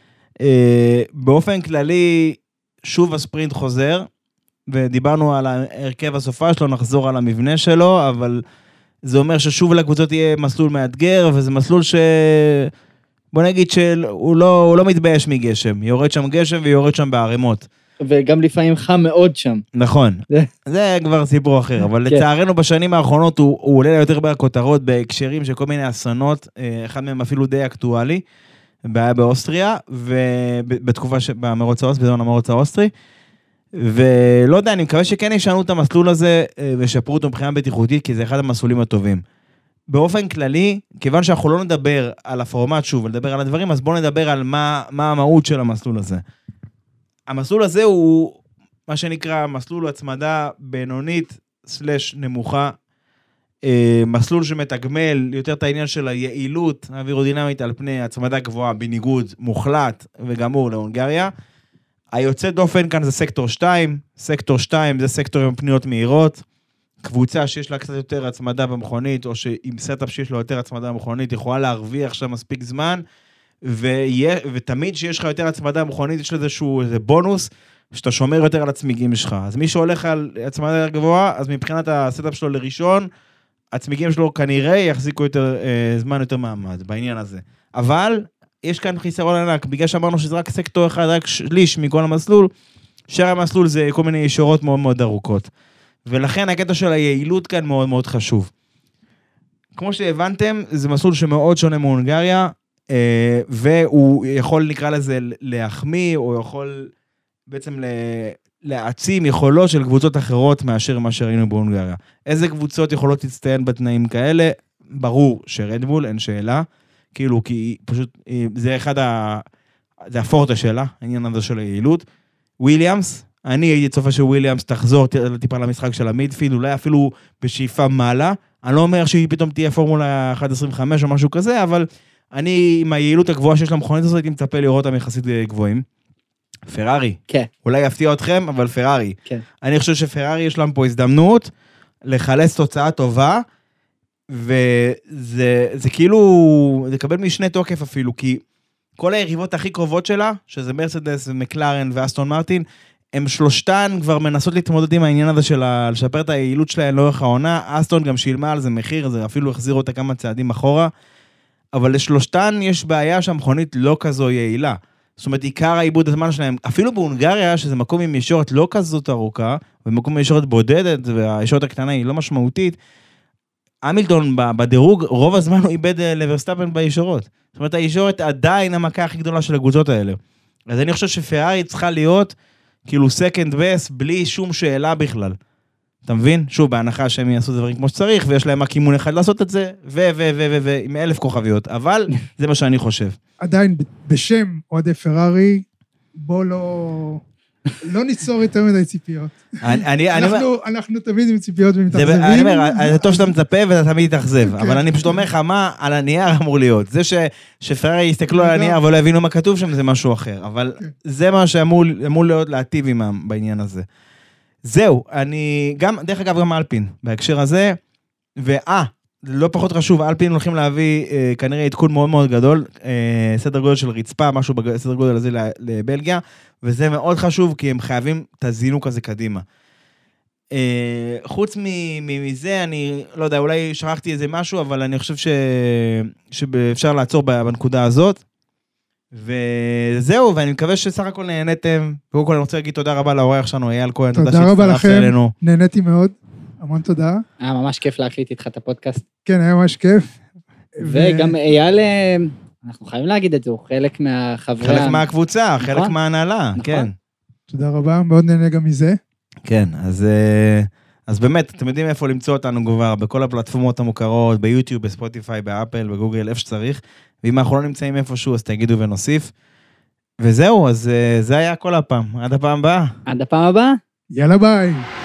Speaker 4: באופן כללי, שוב הספרינט חוזר, ודיברנו על הרכב הסופה שלו, נחזור על המבנה שלו, אבל זה אומר ששוב לקבוצות יהיה מסלול מאתגר, וזה מסלול בוא נגיד שהוא לא מתבייש מגשם, יורד שם גשם ויורד שם בערימות.
Speaker 5: וגם לפעמים חם מאוד שם.
Speaker 4: נכון, זה כבר סיפור אחר, אבל לצערנו בשנים האחרונות הוא עולה יותר בכותרות בהקשרים של כל מיני אסונות, אחד מהם אפילו די אקטואלי, בעיה באוסטריה, ובתקופה במרוץ האוסטרי, בזמן המרוץ האוסטרי, ולא יודע, אני מקווה שכן ישנו את המסלול הזה, ושפרו אותו מבחינה בטיחותית, כי זה אחד המסלולים הטובים. באופן כללי, כיוון שאנחנו לא נדבר על הפורמט שוב, ולדבר על הדברים, אז בואו נדבר על מה המהות של המסלול הזה. המסלול הזה הוא, מה שנקרא, מסלול הצמדה בינונית סלש נמוכה, מסלול שמתגמל יותר את העניין של היעילות האווירודינמית על פני הצמדה גבוהה בניגוד מוחלט וגמור להונגריה. היוצא דופן כאן זה סקטור 2, סקטור 2 זה סקטור עם פניות מהירות, קבוצה שיש לה קצת יותר הצמדה במכונית, או שעם סטאפ שיש לו יותר הצמדה במכונית, יכולה להרוויח שם מספיק זמן, ותמיד שיש לך יותר הצמדה במכונית, יש לזה איזה בונוס, שאתה שומר יותר על הצמיגים שלך. אז מי שהולך על הצמדה גבוהה, אז מבחינת הסטאפ שלו לראשון, הצמיגים שלו כנראה יחזיקו יותר זמן יותר מעמד בעניין הזה. אבל יש כאן חיסרון ענק, בגלל שאמרנו שזה רק סקטור אחד, רק שליש מכל המסלול, שאר המסלול זה כל מיני ישורות מאוד מאוד ארוכות. ולכן הקטע של היעילות כאן מאוד מאוד חשוב. כמו שהבנתם, זה מסלול שמאוד שונה מהונגריה, והוא יכול נקרא לזה להחמיא, או יכול בעצם להעצים יכולות של קבוצות אחרות מאשר מה שראינו בהונגריה. איזה קבוצות יכולות להצטיין בתנאים כאלה? ברור שרדבול, אין שאלה, כאילו, כי פשוט, זה זה הפורטה שלה, העניין הזה של היעילות. וויליאמס, אני הייתי צופה שוויליאמס תחזור טיפה למשחק של המידפילד, אולי אפילו בשאיפה מעלה, אני לא אומר שהיא פתאום תהיה פורמולה 1.25 או משהו כזה, אבל אני, עם היעילות הגבוהה שיש למכונית הזאת, הייתי מצפה לראות אותם יחסית גבוהים. פרארי. כן. אולי יפתיע אתכם, אבל פרארי. כן. אני חושב שפרארי יש להם פה הזדמנות לחלץ תוצאה טובה, וזה כאילו, זה קבל משני תוקף אפילו, כי כל היריבות הכי קרובות שלה, שזה מרצדס ומקלרן ואסטון מרטין, הם שלושתן כבר מנסות להתמודד עם העניין הזה של לשפר את היעילות שלהם לאורך העונה, אסטון גם שילמה על זה מחיר, זה אפילו החזיר אותה כמה צעדים אחורה, אבל לשלושתן יש בעיה שהמכונית לא כזו יעילה. זאת אומרת, עיקר העיבוד הזמן שלהם, אפילו בהונגריה, שזה מקום עם ישורת לא כזאת ארוכה, ומקום עם ישורת בודדת, והישורת הקטנה היא לא משמעותית, המילטון בדירוג, רוב הזמן הוא איבד לברסטאפן בישורות. זאת אומרת, הישורת עדיין המכה הכי גדולה של הקבוצות האלה. אז אני חושב שפרארי צריכה להיות, כאילו, second best, בלי שום שאלה בכלל. אתה מבין? שוב, בהנחה שהם יעשו דברים כמו שצריך, ויש להם רק אימון אחד לעשות את זה, עם 1000 כוכביות, אבל זה מה שאני חושב.
Speaker 6: עדיין, בשם אוהדי פרארי, בוא לא ניצור יותר מדי ציפיות. אנחנו תמיד עם ציפיות ומתאכזבים.
Speaker 4: אני אומר, זה טוב שאתה מצפה ואתה תמיד תתאכזב, אבל אני פשוט אומר לך מה על הנייר אמור להיות. זה שפרארי יסתכלו על הנייר ולא יבינו מה כתוב שם, זה משהו אחר. אבל זה מה שאמור להיות להטיב עמם בעניין הזה. זהו, אני גם, דרך אגב, גם אלפין, בהקשר הזה, לא פחות חשוב, אלפין הולכים להביא כנראה עדכון מאוד מאוד גדול, סדר גודל של רצפה, משהו בסדר גודל הזה לבלגיה, וזה מאוד חשוב, כי הם חייבים את הזינוק הזה קדימה. חוץ מזה, אני לא יודע, אולי שכחתי איזה משהו, אבל אני חושב שאפשר לעצור בנקודה הזאת, וזהו, ואני מקווה שסך הכל נהנתם, וקודם כל אני רוצה להגיד תודה רבה לאורח שלנו, אייל כהן,
Speaker 6: תודה רבה לכם, נהניתי מאוד, המון תודה.
Speaker 5: היה ממש כיף להקליט איתך את הפודקאסט.
Speaker 6: כן, היה ממש כיף.
Speaker 5: וגם אייל, אנחנו חייבים להגיד את זה, הוא חלק מהחברי...
Speaker 4: חלק מהקבוצה, חלק מההנהלה, כן.
Speaker 6: תודה רבה, מאוד נהנה גם מזה.
Speaker 4: כן, אז באמת, אתם יודעים איפה למצוא אותנו כבר, בכל הפלטפורמות המוכרות, ביוטיוב, בספוטיפיי, באפל, בגוגל, איפה שצריך, ואם אנחנו לא נמצאים איפשהו, אז תגידו ונוסיף. וזהו, אז זה היה כל הפעם. עד הפעם הבאה.
Speaker 5: עד הפעם הבאה.
Speaker 6: יאללה ביי.